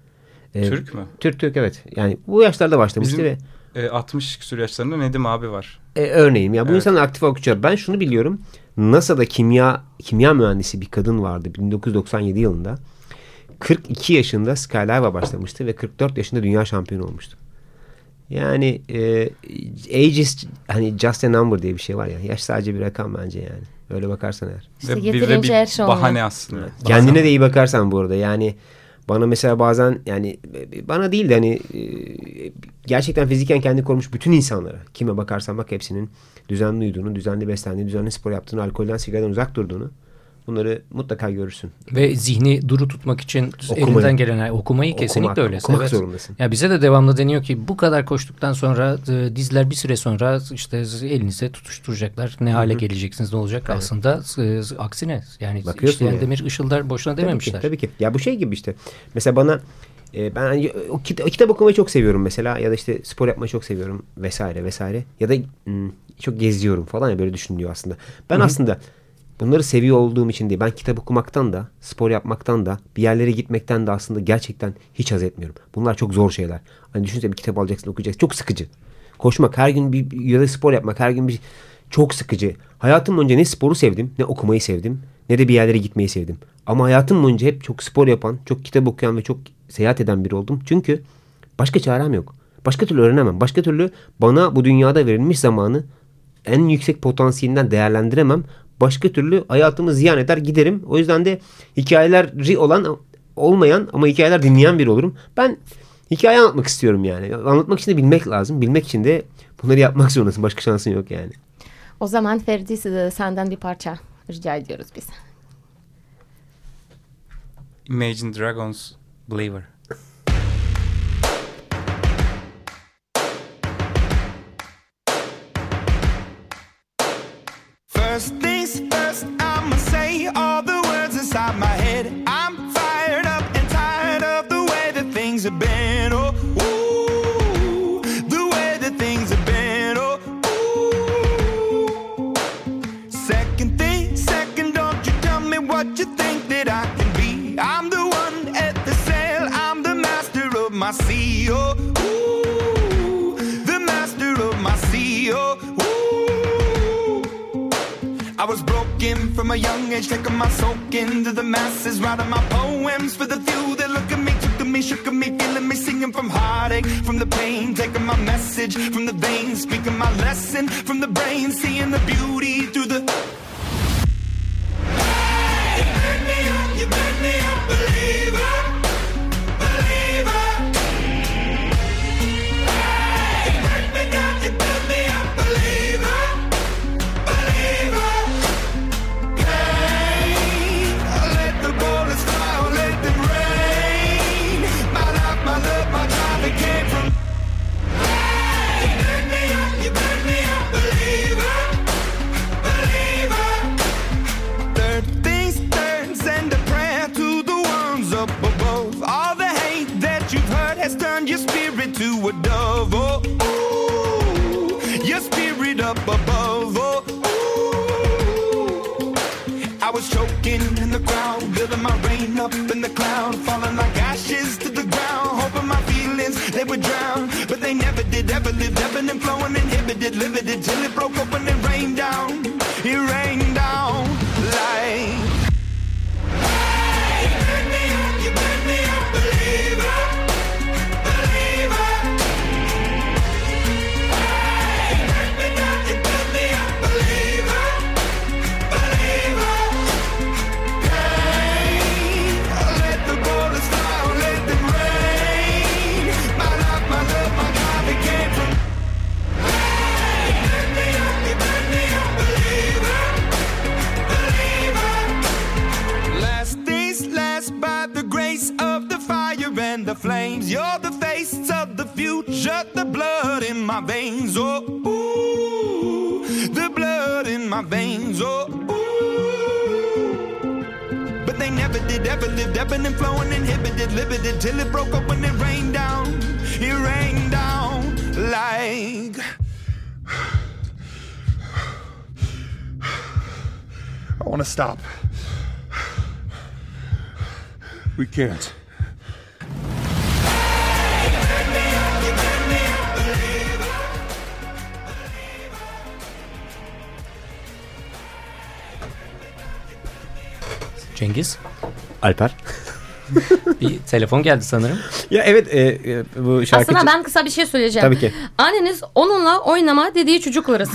Ee, Türk mü? Türk Türk evet. Yani bu yaşlarda başlamıştı Bizim, ve e, altmış küsur yaşlarında Nedim abi var. E, örneğin ya bu evet. insanın aktif okuyucuları. Ben şunu biliyorum. NASA'da kimya kimya mühendisi bir kadın vardı bin dokuz yüz doksan yedi yılında. kırk iki yaşında skydive'a başlamıştı ve kırk dört yaşında dünya şampiyonu olmuştu. Yani e, age is hani just a number diye bir şey var ya. Yaş sadece bir rakam bence yani. Öyle bakarsan eğer. İşte Ve bir, ve yeterince bir her şey olmuyor. bahane aslında. Evet. Bazen- Kendine de iyi bakarsan bu arada yani bana mesela bazen yani bana değil de hani e, gerçekten fiziken kendi korumuş bütün insanlara kime bakarsan bak hepsinin düzenli uyuduğunu, düzenli beslendiğini, düzenli spor yaptığını, alkolden, sigaradan uzak durduğunu bunları mutlaka görürsün. Ve zihni duru tutmak için Okumayı. elinden gelen her- okumayı kesinlikle Okumak, öyle. okumak Evet. zorundasın. Ya bize de devamlı deniyor ki bu kadar koştuktan sonra e, dizler bir süre sonra işte elinize tutuşturacaklar. Ne hale geleceksiniz, ne olacak? Evet. Aslında e, aksine yani Bakıyorsun işleyen yani. demir ışıldar boşuna Tabii dememişler. ki, tabii ki. Ya bu şey gibi işte. Mesela bana e, ben hani o, kita- o kitap okumayı çok seviyorum mesela ya da işte spor yapmayı çok seviyorum vesaire vesaire ya da hmm, çok geziyorum falan ya böyle düşünülüyor aslında. Ben Hı hı. aslında bunları seviyor olduğum için değil. Ben kitap okumaktan da, spor yapmaktan da, bir yerlere gitmekten de aslında gerçekten hiç haz etmiyorum. Bunlar çok zor şeyler. Hani düşünsene bir kitap alacaksın, okuyacaksın. Çok sıkıcı. Koşmak, her gün bir ya da spor yapmak, her gün bir çok sıkıcı. Hayatım boyunca ne sporu sevdim, ne okumayı sevdim, ne de bir yerlere gitmeyi sevdim. Ama hayatım boyunca hep çok spor yapan, çok kitap okuyan ve çok seyahat eden biri oldum. Çünkü başka çarem yok. Başka türlü öğrenemem. Başka türlü bana bu dünyada verilmiş zamanı en yüksek potansiyelinden değerlendiremem. Başka türlü hayatımı ziyan eder giderim. O yüzden de hikayeleri olan olmayan ama hikayeler dinleyen biri olurum. Ben hikaye anlatmak istiyorum yani. Anlatmak için de bilmek lazım. Bilmek için de bunları yapmak zorundasın. Başka şansın yok yani. O zaman Ferdi size senden bir parça rica ediyoruz biz. Imagine Dragons Believer. First things first, I'ma say all the words inside my head. I'm fired up and tired of the way that things have been. Oh, ooh, the way that things have been. Oh, ooh. Second thing, second, don't you tell me what you think that I can be. I'm the one at the sail, I'm the master of my sea. Oh, ooh, the master of my sea. Oh, ooh. I was broken from a young age, taking my soak into the masses, writing my poems for the few that look at me, took at me, shook at me, feeling me, singing from heartache, from the pain, taking my message from the veins, speaking my lesson from the brain, seeing the beauty through the... Hey, you burn me up, you burn me up, believer, believer. Hey, you burn me down, you burn me up, believer, believer. Let the bullets fly, or let them rain. My life, my love, my time, it came from. Hey, you burn me up, you burn me up, believer, believer. Third things third, send a prayer to the ones up above. All the hate that you've heard has turned your spirit to a dove. Oh, ooh, your spirit up above. Oh, ooh. I was choking in the crowd, building my rain up in the cloud, falling like ashes to the ground, hoping my feelings they would drown, but they never did. Ever lived, ebbing and flowing, inhibited, limited, till it broke open and rained down. It rained down like. Hey, you burn me up, you burn me up, believer, believer. Hey, you burn me down, you burn me up, believer, believer. Let the bullets fly, or let them rain. My life, my love, my God, it came from. Hey, you burn me up, you burn me up, believer, believer. Last days last by the grace of the fire and the flames. You're the face of the future, the blood in my veins. Oh, ooh, the blood in my veins. Oh, ooh. But they never did, ever lived, ebbing and flowing, inhibited, limited, till it broke open and rained down. It rained down like. I want to stop. We can't. Cengiz. Alper. Bir telefon geldi sanırım. Ya evet e, e, bu şarkı... Aslında ben kısa bir şey söyleyeceğim. Tabii ki. Anneniz onunla oynama dediği çocuklarız.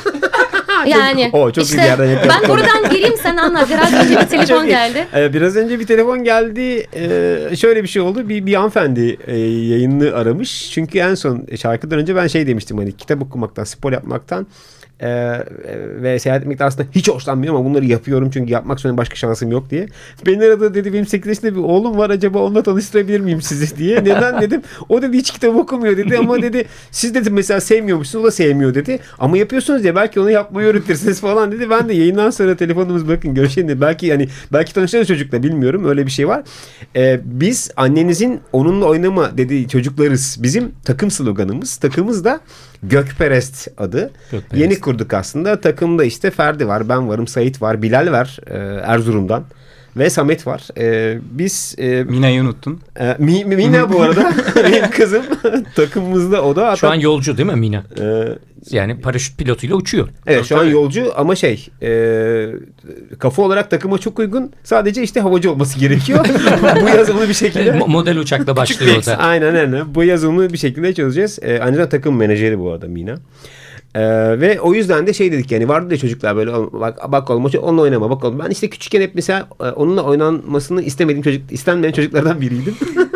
Yani o, çok işte iyi bir yerden yakaladık. ben buradan gireyim sen anla. Biraz önce bir telefon geldi. Ee, biraz önce bir telefon geldi. Ee, şöyle bir şey oldu. Bir, bir hanımefendi e, yayını aramış. Çünkü en son şarkıdan önce ben şey demiştim. Hani kitap okumaktan, spor yapmaktan Ee, ve seyahat etmekten aslında hiç hoşlanmıyorum ama bunları yapıyorum çünkü yapmak sonra başka şansım yok diye. Beni aradı, dedi benim sekiz yaşında bir oğlum var, acaba onunla tanıştırabilir miyim sizi diye. Neden dedim. O dedi hiç kitap okumuyor dedi ama dedi siz dedi mesela sevmiyormuşsunuz, o da sevmiyor dedi. Ama yapıyorsunuz ya, belki onu yapmayı öğretirsiniz falan dedi. Ben de yayından sonra telefonumuz bakın görüşelim dedi. Belki yani belki tanışırız çocukla, bilmiyorum, öyle bir şey var. Ee, biz annenizin onunla oynama dediği çocuklarız. Bizim takım sloganımız. Takımız da Gökperest adı. Gökperest. Yeni kurduk aslında. Takımda işte Ferdi var, ben varım, Sait var, Bilal var e, Erzurum'dan ve Samet var. E, biz e, Mina'yı unuttun. E, Mi, Mina bu arada benim kızım takımımızda, o da. Hatta, şu an yolcu değil mi Mina? E, yani paraşüt pilotuyla uçuyor. Evet, şu an yolcu ama şey e, kafa olarak takıma çok uygun. Sadece işte havacı olması gerekiyor. Bu yazılımı bir şekilde. Model uçakla başlıyor o da. Aynen aynen. Bu yazılımı bir şekilde çözeceğiz. E, aynı zamanda takım menajeri bu arada Mina. Ee, ve o yüzden de şey dedik yani, vardı ya çocuklar böyle bak bak oğlum onunla oynama bak oğlum. Ben işte küçükken hep mesela onunla oynanmasını istemediğim çocuk, istenmeyen çocuklardan biriydim.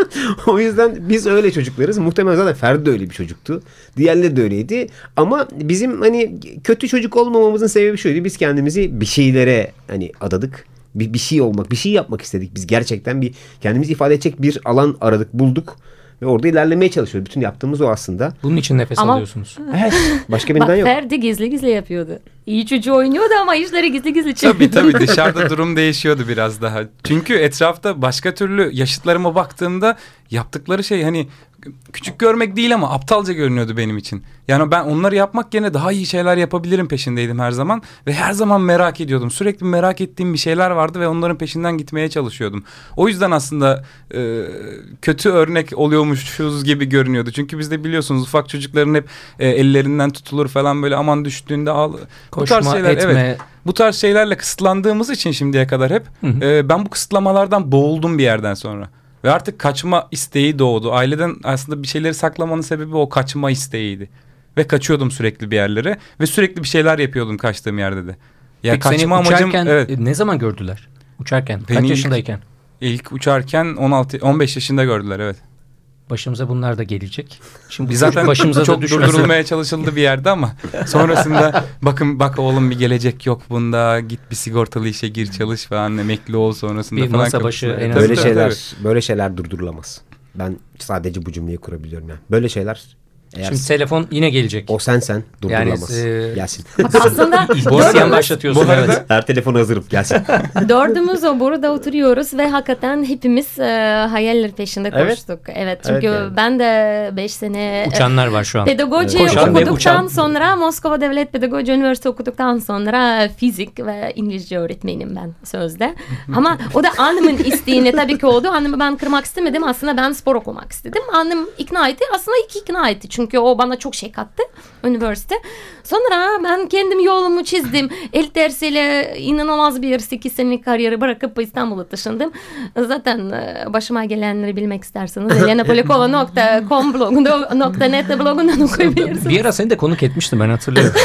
O yüzden biz öyle çocuklarız. Muhtemelen zaten Ferdi de öyle bir çocuktu. Diğerleri de öyleydi. Ama bizim hani kötü çocuk olmamamızın sebebi şuydu. Biz kendimizi bir şeylere hani adadık. Bir, bir şey olmak, bir şey yapmak istedik. Biz gerçekten bir kendimizi ifade edecek bir alan aradık, bulduk. Ve orada ilerlemeye çalışıyoruz. Bütün yaptığımız o aslında. Bunun için nefes ama, alıyorsunuz. Evet. Başka birinden yok. Ferdi gizli gizli yapıyordu. İyi çocuğu oynuyordu ama işleri gizli gizli çekiyordu. Tabii tabii dışarıda durum değişiyordu biraz daha. Çünkü etrafta başka türlü yaşıtlarıma baktığımda yaptıkları şey hani küçük görmek değil ama aptalca görünüyordu benim için. Yani ben onları yapmak yerine daha iyi şeyler yapabilirim peşindeydim her zaman. Ve her zaman merak ediyordum. Sürekli merak ettiğim bir şeyler vardı ve onların peşinden gitmeye çalışıyordum. O yüzden aslında e, kötü örnek oluyormuşuz gibi görünüyordu. Çünkü biz de biliyorsunuz ufak çocukların hep e, ellerinden tutulur falan, böyle aman düştüğünde al. Koşma, bu tarz şeyler, etme. Evet. Bu tarz şeylerle kısıtlandığımız için şimdiye kadar hep e, ben bu kısıtlamalardan boğuldum bir yerden sonra. Ve artık kaçma isteği doğdu. Aileden aslında bir şeyleri saklamanın sebebi o kaçma isteğiydi. Ve kaçıyordum sürekli bir yerlere. Ve sürekli bir şeyler yapıyordum kaçtığım yerde de. Ya peki kaçma seni uçarken amacım, evet. ne zaman gördüler? Uçarken. Beni Kaç ilk, yaşındayken? İlk uçarken on altı on beş yaşında gördüler, evet. Başımıza bunlar da gelecek. Şimdi biz zaten başımıza çok da düşmesin. durdurulmaya çalışıldı bir yerde ama sonrasında bakın bak oğlum bir gelecek yok bunda, git bir sigortalı işe gir çalış falan, emekli ol sonrasında bir falan. Masa başı en azından. Böyle tabii, şeyler tabii. böyle şeyler durdurulamaz. Ben sadece bu cümleyi kurabiliyorum yani. Böyle şeyler eğer şimdi telefon yine gelecek. O sen sen durdurulamaz. Yani, e... Gelsin. Aslında İsyan başlatıyorsun. Bu arada, evet. Her telefon hazırım, gelsin. Dördümüz o burada oturuyoruz ve hakikaten hepimiz e, hayaller peşinde koştuk. Evet, evet çünkü evet yani. Ben de beş sene uçanlar var şu an. Pedagoji evet. okuduktan sonra Moskova Devlet Pedagoji Üniversitesi okuduktan sonra fizik ve İngilizce öğretmenim ben sözde. Ama o da annemin isteğine tabii ki oldu. Annemi ben kırmak istemedim. Aslında ben spor okumak istedim. Annem ikna etti. Aslında iki ikna etti. Çünkü o bana çok şey kattı üniversite. Sonra ben kendim yolumu çizdim. El tersiyle inanılmaz bir sekiz senelik kariyeri bırakıp İstanbul'a taşındım. Zaten başıma gelenleri bilmek isterseniz elena polikova nokta com blogunda nokta net blogundan okuyabilirsiniz. Bir ara seni de konuk etmiştim, ben hatırlıyorum.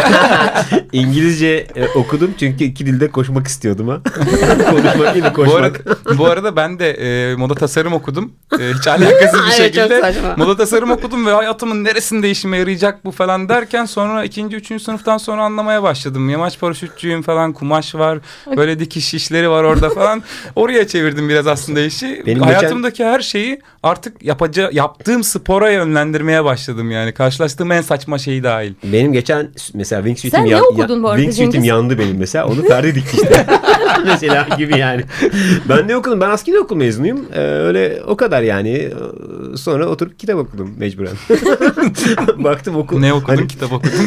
İngilizce e, okudum çünkü iki dilde koşmak istiyordum ha. Konuşmak değil, koşmak. Bu arada, bu arada ben de e, moda tasarım okudum. E, hiç alakasız bir şekilde moda tasarım okudum ve hayatımın neresinde işime yarayacak bu falan derken sonra ikinci, üçüncü sınıftan sonra anlamaya başladım. Yamaç paraşütçüyüm falan, kumaş var, böyle dikiş işleri var orada falan. Oraya çevirdim biraz aslında işi. Benim hayatımdaki geçen... her şeyi artık yapaca yaptığım spora yönlendirmeye başladım yani. Karşılaştığım en saçma şeyi dahil. Benim geçen mesela wingsuit'im Sen ya, ne okudun bu arada? Wingsuit'im yandı benim mesela. Onu Ferdi dikti işte. Mesela gibi yani. Ben ne okudum? Ben askeri okul mezunuyum. Ee, öyle o kadar yani. Sonra oturup kitap okudum mecburen. Baktım okul. Ne okudun? Hani... kitap okudum.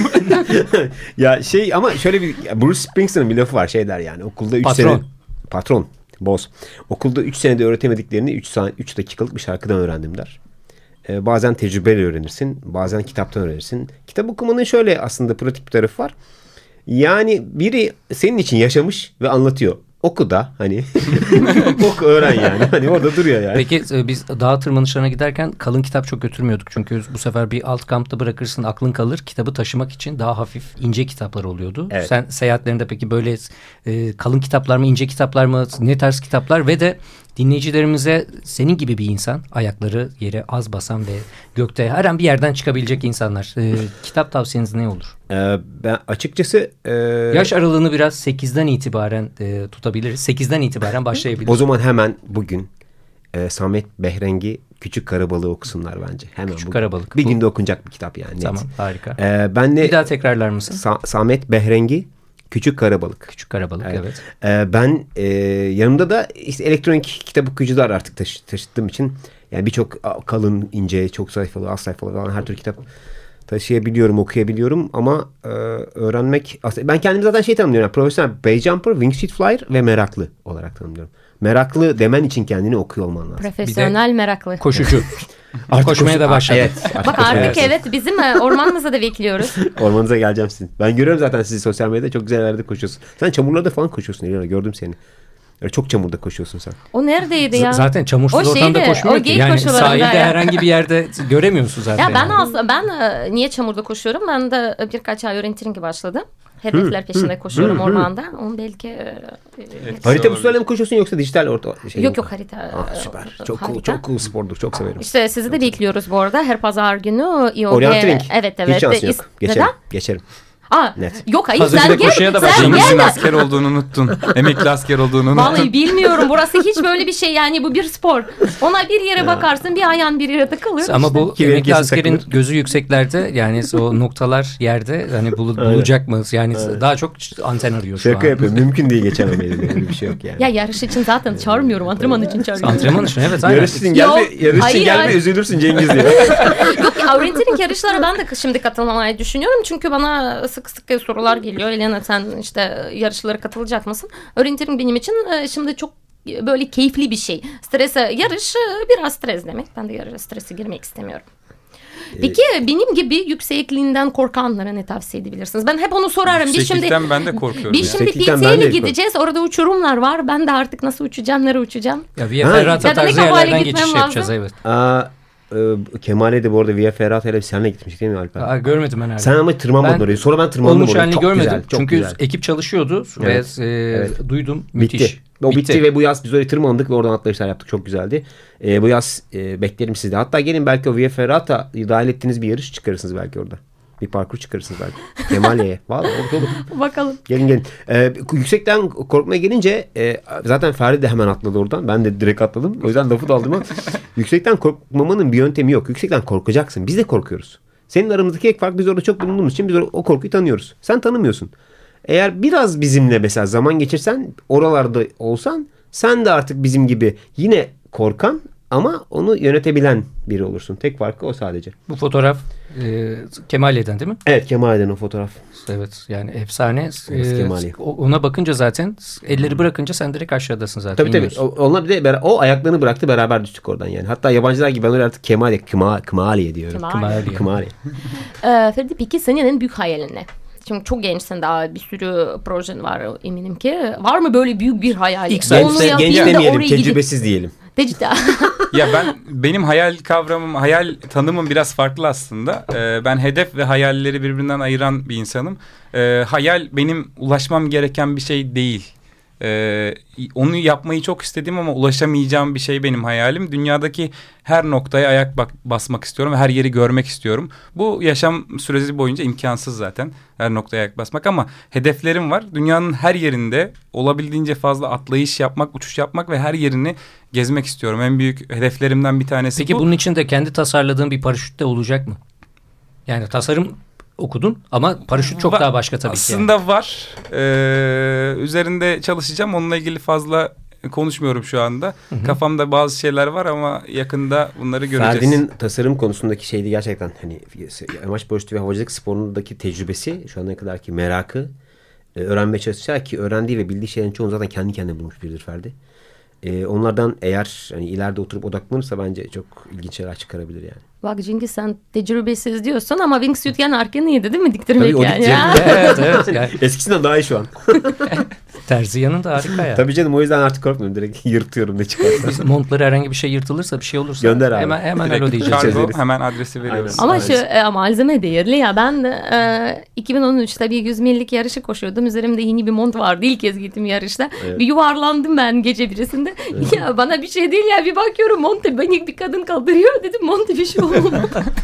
Ya şey ama şöyle bir Bruce Springsteen'ın bir lafı var, şey der yani. Okulda üç sene patron, boss. Okulda üç senede öğretemediklerini üç dakikalık bir şarkıdan öğrendim der. Ee, bazen tecrübeyle öğrenirsin, bazen kitaptan öğrenirsin. Kitap okumanın şöyle aslında pratik bir tarafı var. Yani biri senin için yaşamış ve anlatıyor. oku da hani oku öğren yani. Hani orada duruyor yani. Peki biz dağ tırmanışlarına giderken kalın kitap çok götürmüyorduk. Çünkü bu sefer bir alt kampta bırakırsın, aklın kalır. Kitabı taşımak için daha hafif, ince kitaplar oluyordu. Evet. Sen seyahatlerinde peki böyle e, kalın kitaplar mı, ince kitaplar mı, ne tarz kitaplar ve de dinleyicilerimize senin gibi bir insan, ayakları yere az basan ve gökte her an bir yerden çıkabilecek insanlar. E, kitap tavsiyeniz ne olur? Ee, ben açıkçası e, Yaş aralığını biraz sekizden itibaren e, tutabiliriz. sekizden itibaren başlayabiliriz. o zaman hemen bugün e, Samet Behrengi Küçük Karabalığı okusunlar bence. Hemen Küçük bugün. Karabalık. Bir Bu- günde okunacak bir kitap yani. net. Tamam, harika. Ee, ben de Bir daha tekrarlar mısın? Sa- Samet Behrengi Küçük Karabalık. Küçük Karabalık, Evet. evet. Ee, ben e, yanımda da işte elektronik kitap okuyucular artık taşı- taşıttığım için yani birçok kalın, ince, çok sayfalı, az sayfalı falan her tür kitap taşıyabiliyorum, okuyabiliyorum ama e, öğrenmek aslında ben kendimi zaten şey tanımlıyorum. Yani, profesyonel base jumper, wingsuit flyer ve meraklı olarak tanımlıyorum. Meraklı demen için kendini okuyor olman lazım. Profesyonel meraklı. Koşucu. Artık Koşmaya koşu- da başladı. Evet, Bak artık koşmaya evet bizim e, ormanımıza da bekliyoruz. Ormanınıza geleceğim sizin. Ben görüyorum zaten sizi sosyal medyada çok güzel yerlerde koşuyorsun. Sen çamurlarda falan koşuyorsun Elena, gördüm seni. Öyle çok çamurda koşuyorsun sen. O neredeydi ya? Z- Zaten çamursuz O ortamda şeydi, koşmuyor o ki. geyik Yani koşularında sahilde ya. herhangi bir yerde göremiyorsun zaten. Ya ben yani. aslında ben e, niye çamurda koşuyorum? Ben de birkaç ay orienteering başladı. Hedefler peşinde koşuyorum ormanda. Onu belki e, Harita pusulayla mı koşuyorsun yoksa dijital orta şey yok mi? yok harita. Ah, e, süper. Çok cool, harita. çok cool spordur. Çok severim. İşte sizi de bekliyoruz bu arada. Her pazar günü İ O G. Orienteering. Evet evet. Hiç şansın İs- yok. Geçerim. Neden? Geçerim. Aa, Net. yok hayır Hazır bir sen de gel. koşuya da Sen başlayalım. gel. Cengiz'in de- asker olduğunu unuttun. Emekli asker olduğunu unuttun. Vallahi bilmiyorum. Burası hiç böyle bir şey yani bu bir spor. Ona bir yere bakarsın bir ayağın bir yere takılır. Ama işte. bu Ki emekli benimkisi askerin takılır. gözü yükseklerde yani o noktalar yerde hani bul- bulacak mı? Yani daha çok anten arıyor şu Şaka an. yapıyorum. Mümkün değil geçememeyiz. Öyle bir şey yok yani. Ya yarış için zaten çağırmıyorum. Antrenman için çağırıyorum. Antrenman için evet aynen. Yarış için gelme, Yok. yarış için Hayır, gelme hayır. üzülürsün Cengiz diyor. Yok ya orienteering yarışlara ben de şimdi katılmayı düşünüyorum. Çünkü bana sık sık sorular geliyor. Elena sen işte yarışlara katılacak mısın? Orienteering benim için e, şimdi çok böyle keyifli bir şey. Strese yarış e, biraz stres demek. Ben de yarışa strese girmek istemiyorum. Peki benim gibi yüksekliğinden korkanlara ne tavsiye edebilirsiniz? Ben hep onu sorarım. Biz şimdi Yükseklikten ben de korkuyorum. biz ya. şimdi Yükseklikten P ben de T L'ye korkuyorum. gideceğiz. Orada uçurumlar var. Ben de artık nasıl uçacağım, nereye uçacağım? Ya Via Ha. Ferrata Ya da ne tarzı havale yerlerden gitmem geçiş lazım? yapacağız evet. Aa, e, Kemal'e de bu arada Via Ferrata ile seninle gitmiştik değil mi Alper? Aa, görmedim ben herhalde. Sen ama tırmanmadın Ben orayı. Sonra ben tırmandım Olmuş orayı. halini Çok görmedim. güzel. Çok Çünkü güzel. ekip çalışıyordu Evet. ve e, Evet. duydum Bitti. müthiş. O bitti. ve bu yaz biz oraya tırmandık ve oradan atlayışlar yaptık. Çok güzeldi. Ee, bu yaz e, beklerim sizi de. Hatta gelin belki o Via Ferrata'yı dahil ettiğiniz bir yarış çıkarırsınız belki orada. Bir parkur çıkarırsınız belki. Kemal'e. Vallahi olur, olur. Bakalım. Gelin gelin. Ee, yüksekten korkmaya gelince e, zaten Ferdi de hemen atladı oradan. Ben de direkt atladım. O yüzden lafı da aldım ama yüksekten korkmamanın bir yöntemi yok. Yüksekten korkacaksın. Biz de korkuyoruz. Senin aramızdaki ek fark biz orada çok bulunduğumuz için biz o korkuyu tanıyoruz. Sen tanımıyorsun. Eğer biraz bizimle mesela zaman geçirsen oralarda olsan sen de artık bizim gibi yine korkan ama onu yönetebilen biri olursun. Tek farkı o sadece. Bu fotoğraf e, Kemaliye'den değil mi? Evet Kemal'den o fotoğraf. Evet yani efsane. Evet, Ee, Kemaliye. o- ona bakınca zaten elleri bırakınca sen direkt aşağıdasın zaten. Tabii tabii. iniyorsun. O- Onlar bir de bera- o ayaklarını bıraktı beraber düştük oradan yani. Hatta yabancılar gibi ben oraya artık Kemaliye, Kema, Kemaliye diyorum. Kemaliye. Kemaliye. Ee, Ferdi peki senin en büyük hayalin ne? Çünkü çok gençsin daha bir sürü projen var eminim ki. Var mı böyle büyük bir hayal? İlk Genç, Onu de- yapayım genç da demeyelim, oraya gidip- tecrübesiz diyelim. Tecrübe. Ya ben benim hayal kavramım, hayal tanımım biraz farklı aslında. Ee, ben hedef ve hayalleri birbirinden ayıran bir insanım. Ee, hayal benim ulaşmam gereken bir şey değil. Ee, onu yapmayı çok istedim ama ulaşamayacağım bir şey benim hayalim. Dünyadaki her noktaya ayak bak basmak istiyorum ve her yeri görmek istiyorum. Bu yaşam süresi boyunca imkansız zaten her noktaya ayak basmak ama hedeflerim var. Dünyanın her yerinde olabildiğince fazla atlayış yapmak, uçuş yapmak ve her yerini gezmek istiyorum. En büyük hedeflerimden bir tanesi Peki bu. bunun için de kendi tasarladığın bir paraşüt de olacak mı? Yani tasarım okudun ama paraşüt çok Va- daha başka tabii Aslında ki. Yani. var. Ee, üzerinde çalışacağım. Onunla ilgili fazla konuşmuyorum şu anda. Hı hı. Kafamda bazı şeyler var ama yakında bunları göreceğiz. Ferdi'nin tasarım konusundaki şeydi gerçekten hani amaç paraşütü ve havacılık sporundaki tecrübesi şu ana kadarki merakı e, öğrenmeye çalışarak ki öğrendiği ve bildiği şeylerin çoğunu zaten kendi kendine bulmuş biridir Ferdi. E, onlardan eğer hani ileride oturup odaklanırsa bence çok ilginç şeyler çıkarabilir yani. Bak Cengiz sen tecrübesiz diyorsun ama wingsuit yani arkanıydı değil mi diktirmek Tabii o yani. diktirmek. Ya. Evet evet. Yani. Eskisinden daha iyi şu an. Terzi yanında harika ya. Tabii canım, o yüzden artık korkmuyorum. Direkt yırtıyorum ne çıkarsa. Biz montları herhangi bir şey yırtılırsa, bir şey olursa gönder abi. hemen hemen Direkt alo diyeceğiz. kargo, hemen adresi veriyoruz. Ama Aynen. şu e, malzeme değerli ya. Ben de e, iki bin on üçte bir yüz millik yarışı koşuyordum. Üzerimde yeni bir mont vardı. İlk kez gittim yarışta. Evet. Bir yuvarlandım ben gece birisinde. Evet. Ya bana bir şey değil ya. Bir bakıyorum monte beni bir kadın kaldırıyor. Dedim monte bir şey oldu.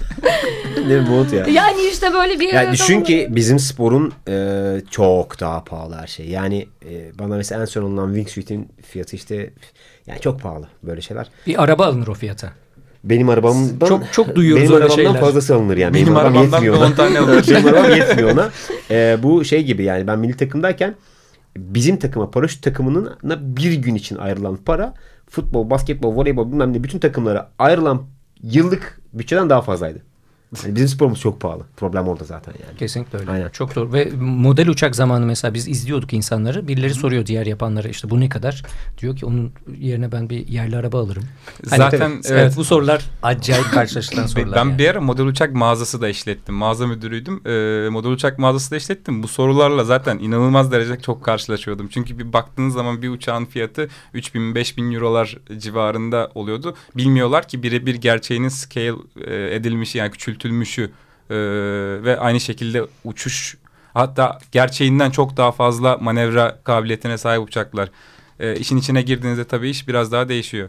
Ne mont ya. Yani işte böyle bir... Yani düşün ki bizim sporun e, çok daha pahalı her şey. Yani e, bana mesela en son alınan wingsuit'in fiyatı işte yani çok pahalı böyle şeyler. Bir araba alınır o fiyata. Benim arabamdan Çok çok duyuyoruz benim öyle arabamdan şeyler. fazlası alınır yani. Benim arabam arabamdan yetmiyor bir on tane alınır. Benim arabam yetmiyor ona. E, bu şey gibi yani, ben milli takımdayken bizim takıma, paraşüt takımına bir gün için ayrılan para futbol, basketbol, voleybol bilmem ne bütün takımlara ayrılan yıllık bütçeden daha fazlaydı. Yani bizim sporumuz çok pahalı. Problem orada zaten yani. Kesinlikle öyle. Aynen. Çok doğru. Ve model uçak zamanı mesela biz izliyorduk insanları. Birileri soruyor diğer yapanlara, işte bu ne kadar? Diyor ki onun yerine ben bir yerli araba alırım. Hani, Zaten evet, evet. bu sorular acayip karşılaşılan sorular. Ben yani. bir ara model uçak mağazası da işlettim. Mağaza müdürüydüm. Ee, model uçak mağazası da işlettim. Bu sorularla zaten inanılmaz derecede çok karşılaşıyordum. Çünkü bir baktığınız zaman bir uçağın fiyatı üç bin beş bin eurolar civarında oluyordu. Bilmiyorlar ki birebir gerçeğinin scale e, edilmişi, yani küçültülmüşü e, ve aynı şekilde uçuş, hatta gerçeğinden çok daha fazla manevra kabiliyetine sahip uçaklar. E, işin içine girdiğinizde tabii iş biraz daha değişiyor.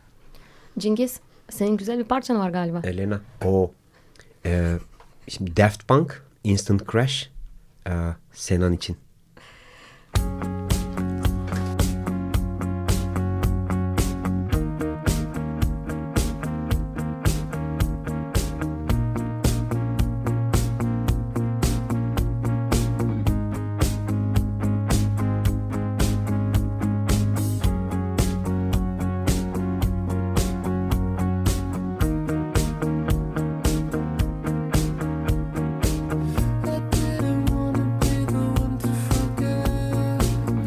Cengiz, senin güzel bir parçan var galiba. Elena. O e, şimdi Daft Punk, Instant Crash, e, Senan için. I didn't wanna be the one to forget.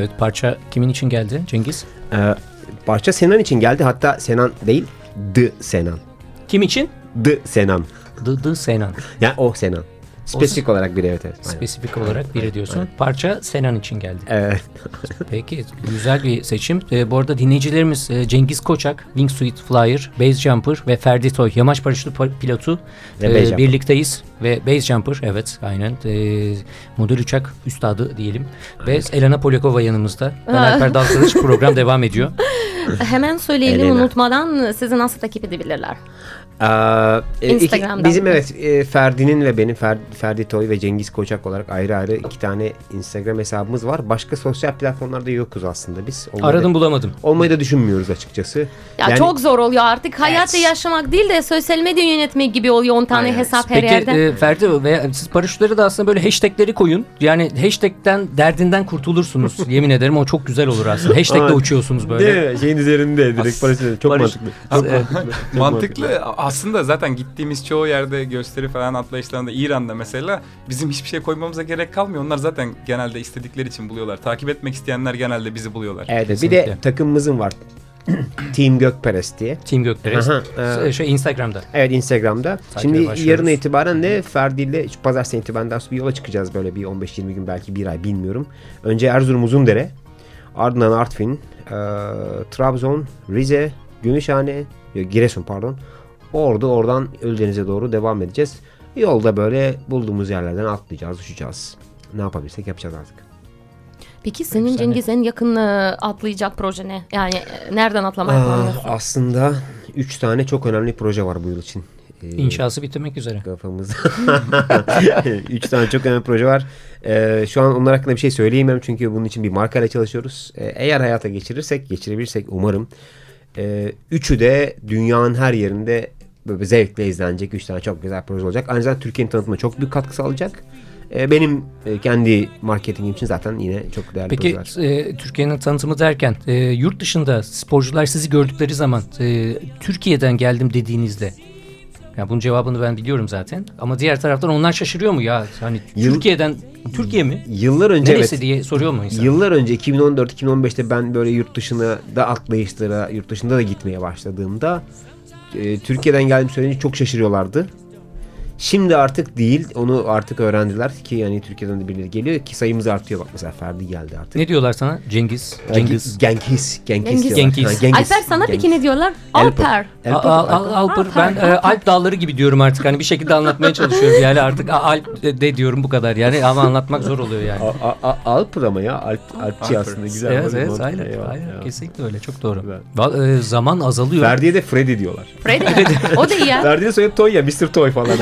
Evet, parça kimin için geldi Cengiz? Ee, parça Senan için geldi. Hatta Senan değil, The Senan. Kim için? The Senan. The, the Senan. Yani o Senan. Spesifik O, olarak biri, evet. evet. Spesifik olarak biri diyorsun. Aynen. Parça Senan için geldi. Evet. Peki, güzel bir seçim. Ee, bu arada dinleyicilerimiz e, Cengiz Koçak, Wingsuit Flyer, Base Jumper ve Ferdi Toy, yamaç paraşütü pilotu e, birlikteyiz. Ve Base Jumper, evet aynen. E, model uçak üstadı diyelim. Ve Elena Polyakova yanımızda. Ben Alper Dalkılıç, program devam ediyor. Hemen söyleyelim Elena. unutmadan, sizi nasıl takip edebilirler? Ee, Instagram'dan. Iki, bizim evet e, Ferdi'nin ve benim Ferdi, Ferdi Toy ve Cengiz Koçak olarak ayrı ayrı iki tane Instagram hesabımız var. Başka sosyal platformlarda yokuz aslında biz. Olmayı Aradım da, bulamadım. Olmayı da düşünmüyoruz açıkçası. Ya yani, çok zor oluyor artık. Hayatta evet. yaşamak değil de sosyal medya yönetmek gibi oluyor. on tane Aynen. hesap her Peki, yerden. Peki Ferdi ve siz paraşütlere de aslında böyle hashtagleri koyun. Yani hashtagten derdinden kurtulursunuz. Yemin ederim o çok güzel olur aslında. Hashtagle uçuyorsunuz böyle. Değil mi? Şeyin üzerinde direkt paraşütle. Çok Barış, mantıklı. Çok evet. mantıklı. mantıklı. Aslında zaten gittiğimiz çoğu yerde gösteri falan atlayışlarında, İran'da mesela bizim hiçbir şey koymamıza gerek kalmıyor. Onlar zaten genelde istedikleri için buluyorlar. Takip etmek isteyenler genelde bizi buluyorlar. Evet, Kesinlikle. bir de takımımızın var. Team Gökperest diye. Team Gökperest. Aha, e, şey Instagram'da. Evet, Instagram'da. Takibe Şimdi başlıyoruz. yarın itibaren de Ferdi ile pazartesi itibaren daha sonra bir yola çıkacağız, böyle bir on beş yirmi gün, belki bir ay, bilmiyorum. Önce Erzurum Uzundere, ardından Artvin, e, Trabzon, Rize, Gümüşhane, Giresun pardon. Orada oradan Ölüdeniz'e doğru devam edeceğiz. Yolda böyle bulduğumuz yerlerden atlayacağız, uçacağız. Ne yapabilirsek yapacağız artık. Peki senin Cengiz en yakın atlayacak proje ne? Yani nereden atlamayı planlıyorsun? Aslında üç tane çok önemli proje var bu yıl için. Ee, İnşası bitirmek üzere. Kafamızda. Üç tane çok önemli proje var. Ee, şu an onlar hakkında bir şey söyleyemem çünkü bunun için bir markayla çalışıyoruz. Ee, eğer hayata geçirirsek, geçirebilirsek umarım. Ee, üçü de dünyanın her yerinde böyle zevkle izlenecek üç tane çok güzel proje olacak. Aynı zamanda Türkiye'nin tanıtımına çok büyük katkı sağlayacak. Ee, benim e, kendi marketingim için zaten yine çok değerli Peki, projeler. Peki e, Türkiye'nin tanıtımı derken e, yurt dışında sporcular sizi gördükleri zaman e, Türkiye'den geldim dediğinizde, yani bunun cevabını ben biliyorum zaten, ama diğer taraftan onlar şaşırıyor mu ya? Hani Yıl, Türkiye'den, Türkiye mi? Yıllar önce neresi evet, diye soruyor mu insan? Yıllar önce iki bin on dört iki bin on beşte ben böyle yurt dışına da atlayışlara, yurt dışında da gitmeye başladığımda e, Türkiye'den geldiğimi söyleyince çok şaşırıyorlardı. Şimdi artık değil, onu artık öğrendiler ki yani Türkiye'den de birileri geliyor ki sayımız artıyor, bak mesela Ferdi geldi artık. Ne diyorlar sana? Cengiz. Cengiz. Gengiz. Gengiz. Gengiz. Gengiz. Ha, Gengiz. Alper, sana peki ne diyorlar? Alper. Alper. Alper. Ben e, Alp dağları gibi diyorum artık. Hani bir şekilde anlatmaya çalışıyorum. Yani artık Alp de diyorum, bu kadar. Yani ama anlatmak zor oluyor yani. Alper ama ya. Alp, Alpçi aslında güzel. Evet evet. Aynen. Aynen. Kesinlikle öyle. Çok doğru. Va- e, zaman azalıyor. Ferdi'ye de Freddy diyorlar. Freddy. O da iyi ya. Ferdi'ye soyadı Toy ya. mister Toy falan.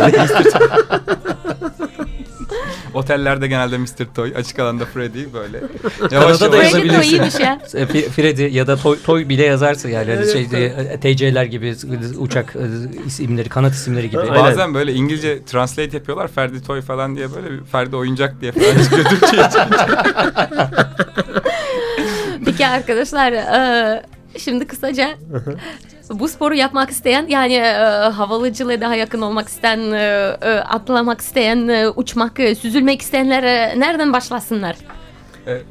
Otellerde genelde mister Toy, açık alanda Freddy böyle. Yavaş yavaş Freddy yazabilirsin. Toy iyiymiş ya. Freddy ya da Toy, toy bile yazarsa yani evet, şeyde T C'ler gibi, uçak isimleri, kanat isimleri gibi. Aynen. Bazen böyle İngilizce translate yapıyorlar, Ferdi Toy falan diye, böyle Ferdi oyuncak diye falan çıkıyor Türkçe'ye. Peki arkadaşlar, e, şimdi kısaca bu sporu yapmak isteyen, yani e, havalıcılığa daha yakın olmak isteyen, e, e, atlamak isteyen, e, uçmak, e, süzülmek isteyenler e, nereden başlasınlar? Evet.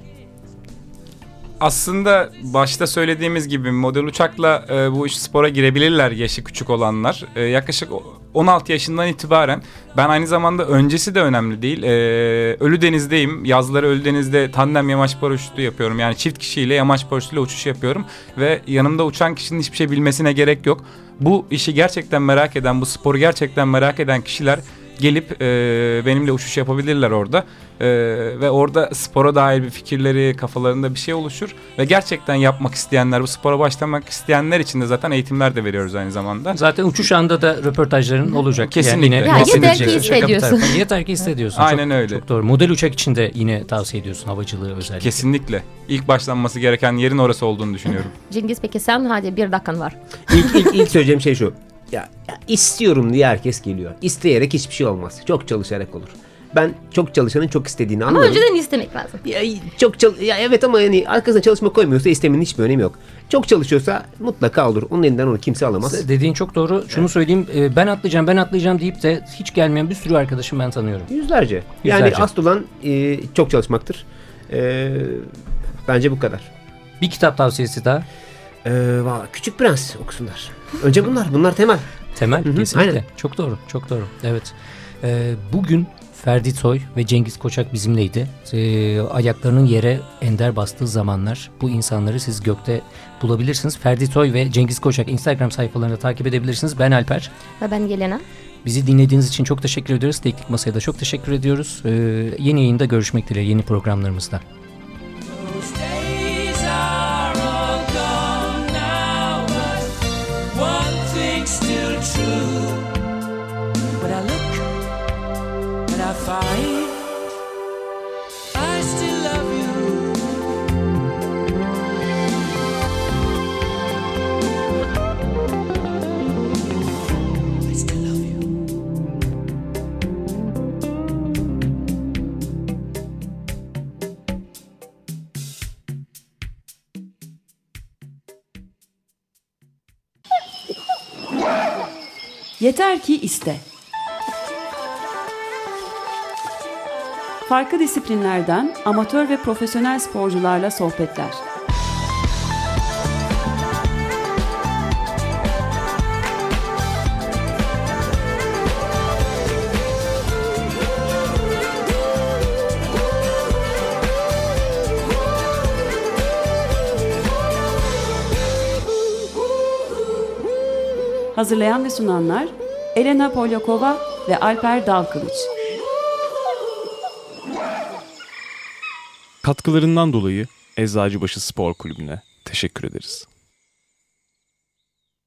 Aslında başta söylediğimiz gibi model uçakla e, bu iş spora girebilirler yaşı küçük olanlar. E, yaklaşık on altı yaşından itibaren. Ben aynı zamanda öncesi de önemli değil. E, Ölüdeniz'deyim. Yazları Ölüdeniz'de tandem yamaç paraşütü yapıyorum. Yani çift kişiyle yamaç paraşütüyle uçuş yapıyorum. Ve yanımda uçan kişinin hiçbir şey bilmesine gerek yok. Bu işi gerçekten merak eden, bu sporu gerçekten merak eden kişiler gelip e, benimle uçuş yapabilirler orada. E, ve orada spora dair bir fikirleri, kafalarında bir şey oluşur. Ve gerçekten yapmak isteyenler, bu spora başlamak isteyenler için de zaten eğitimler de veriyoruz aynı zamanda. Zaten uçuş anda da röportajların olacak. Kesinlikle. Yani ya yeter ki hissediyorsun. Yeter ki hissediyorsun. Aynen çok, öyle. Çok doğru. Model uçak için de yine tavsiye ediyorsun, havacılığı özellikle. Kesinlikle. İlk başlanması gereken yerin orası olduğunu düşünüyorum. Cengiz, peki sen, hadi bir dakikan var. İlk, ilk, ilk söyleyeceğim şey şu. Ya, ya istiyorum diye herkes geliyor. İsteyerek hiçbir şey olmaz. Çok çalışarak olur. Ben çok çalışanın çok istediğini Ama anlarım. önceden istemek lazım. Ya, çok çal- ya evet ama yani arkasına çalışma koymuyorsa istemenin hiçbir önemi yok. Çok çalışıyorsa mutlaka olur. Onun elinden onu kimse alamaz. Dediğin çok doğru. Şunu evet. söyleyeyim. Ben atlayacağım, ben atlayacağım deyip de hiç gelmeyen bir sürü arkadaşım ben tanıyorum. Yüzlerce. Yüzlerce. Yani asıl olan e, çok çalışmaktır. E, Bence bu kadar. Bir kitap tavsiyesi daha. Ee, valla Küçük Prens okusunlar. Önce bunlar. Bunlar temel. Temel Hı hı, kesinlikle. aynen. Çok doğru. Çok doğru. Evet. Ee, bugün Ferdi Toy ve Cengiz Koçak bizimleydi. Ee, ayaklarının yere ender bastığı zamanlar. Bu insanları siz gökte bulabilirsiniz. Ferdi Toy ve Cengiz Koçak Instagram sayfalarını takip edebilirsiniz. Ben Alper. Ve ben Yelena. Bizi dinlediğiniz için çok teşekkür ediyoruz. Teknik Masa'ya da çok teşekkür ediyoruz. Ee, yeni yayında görüşmek dileğiyle, yeni programlarımızda. I still love you. I still love you. Yeter ki iste. Farklı disiplinlerden amatör ve profesyonel sporcularla sohbetler. Hazırlayan ve sunanlar Elena Polyakova ve Alper Dalkılıç. Katkılarından dolayı Eczacıbaşı Spor Kulübü'ne teşekkür ederiz.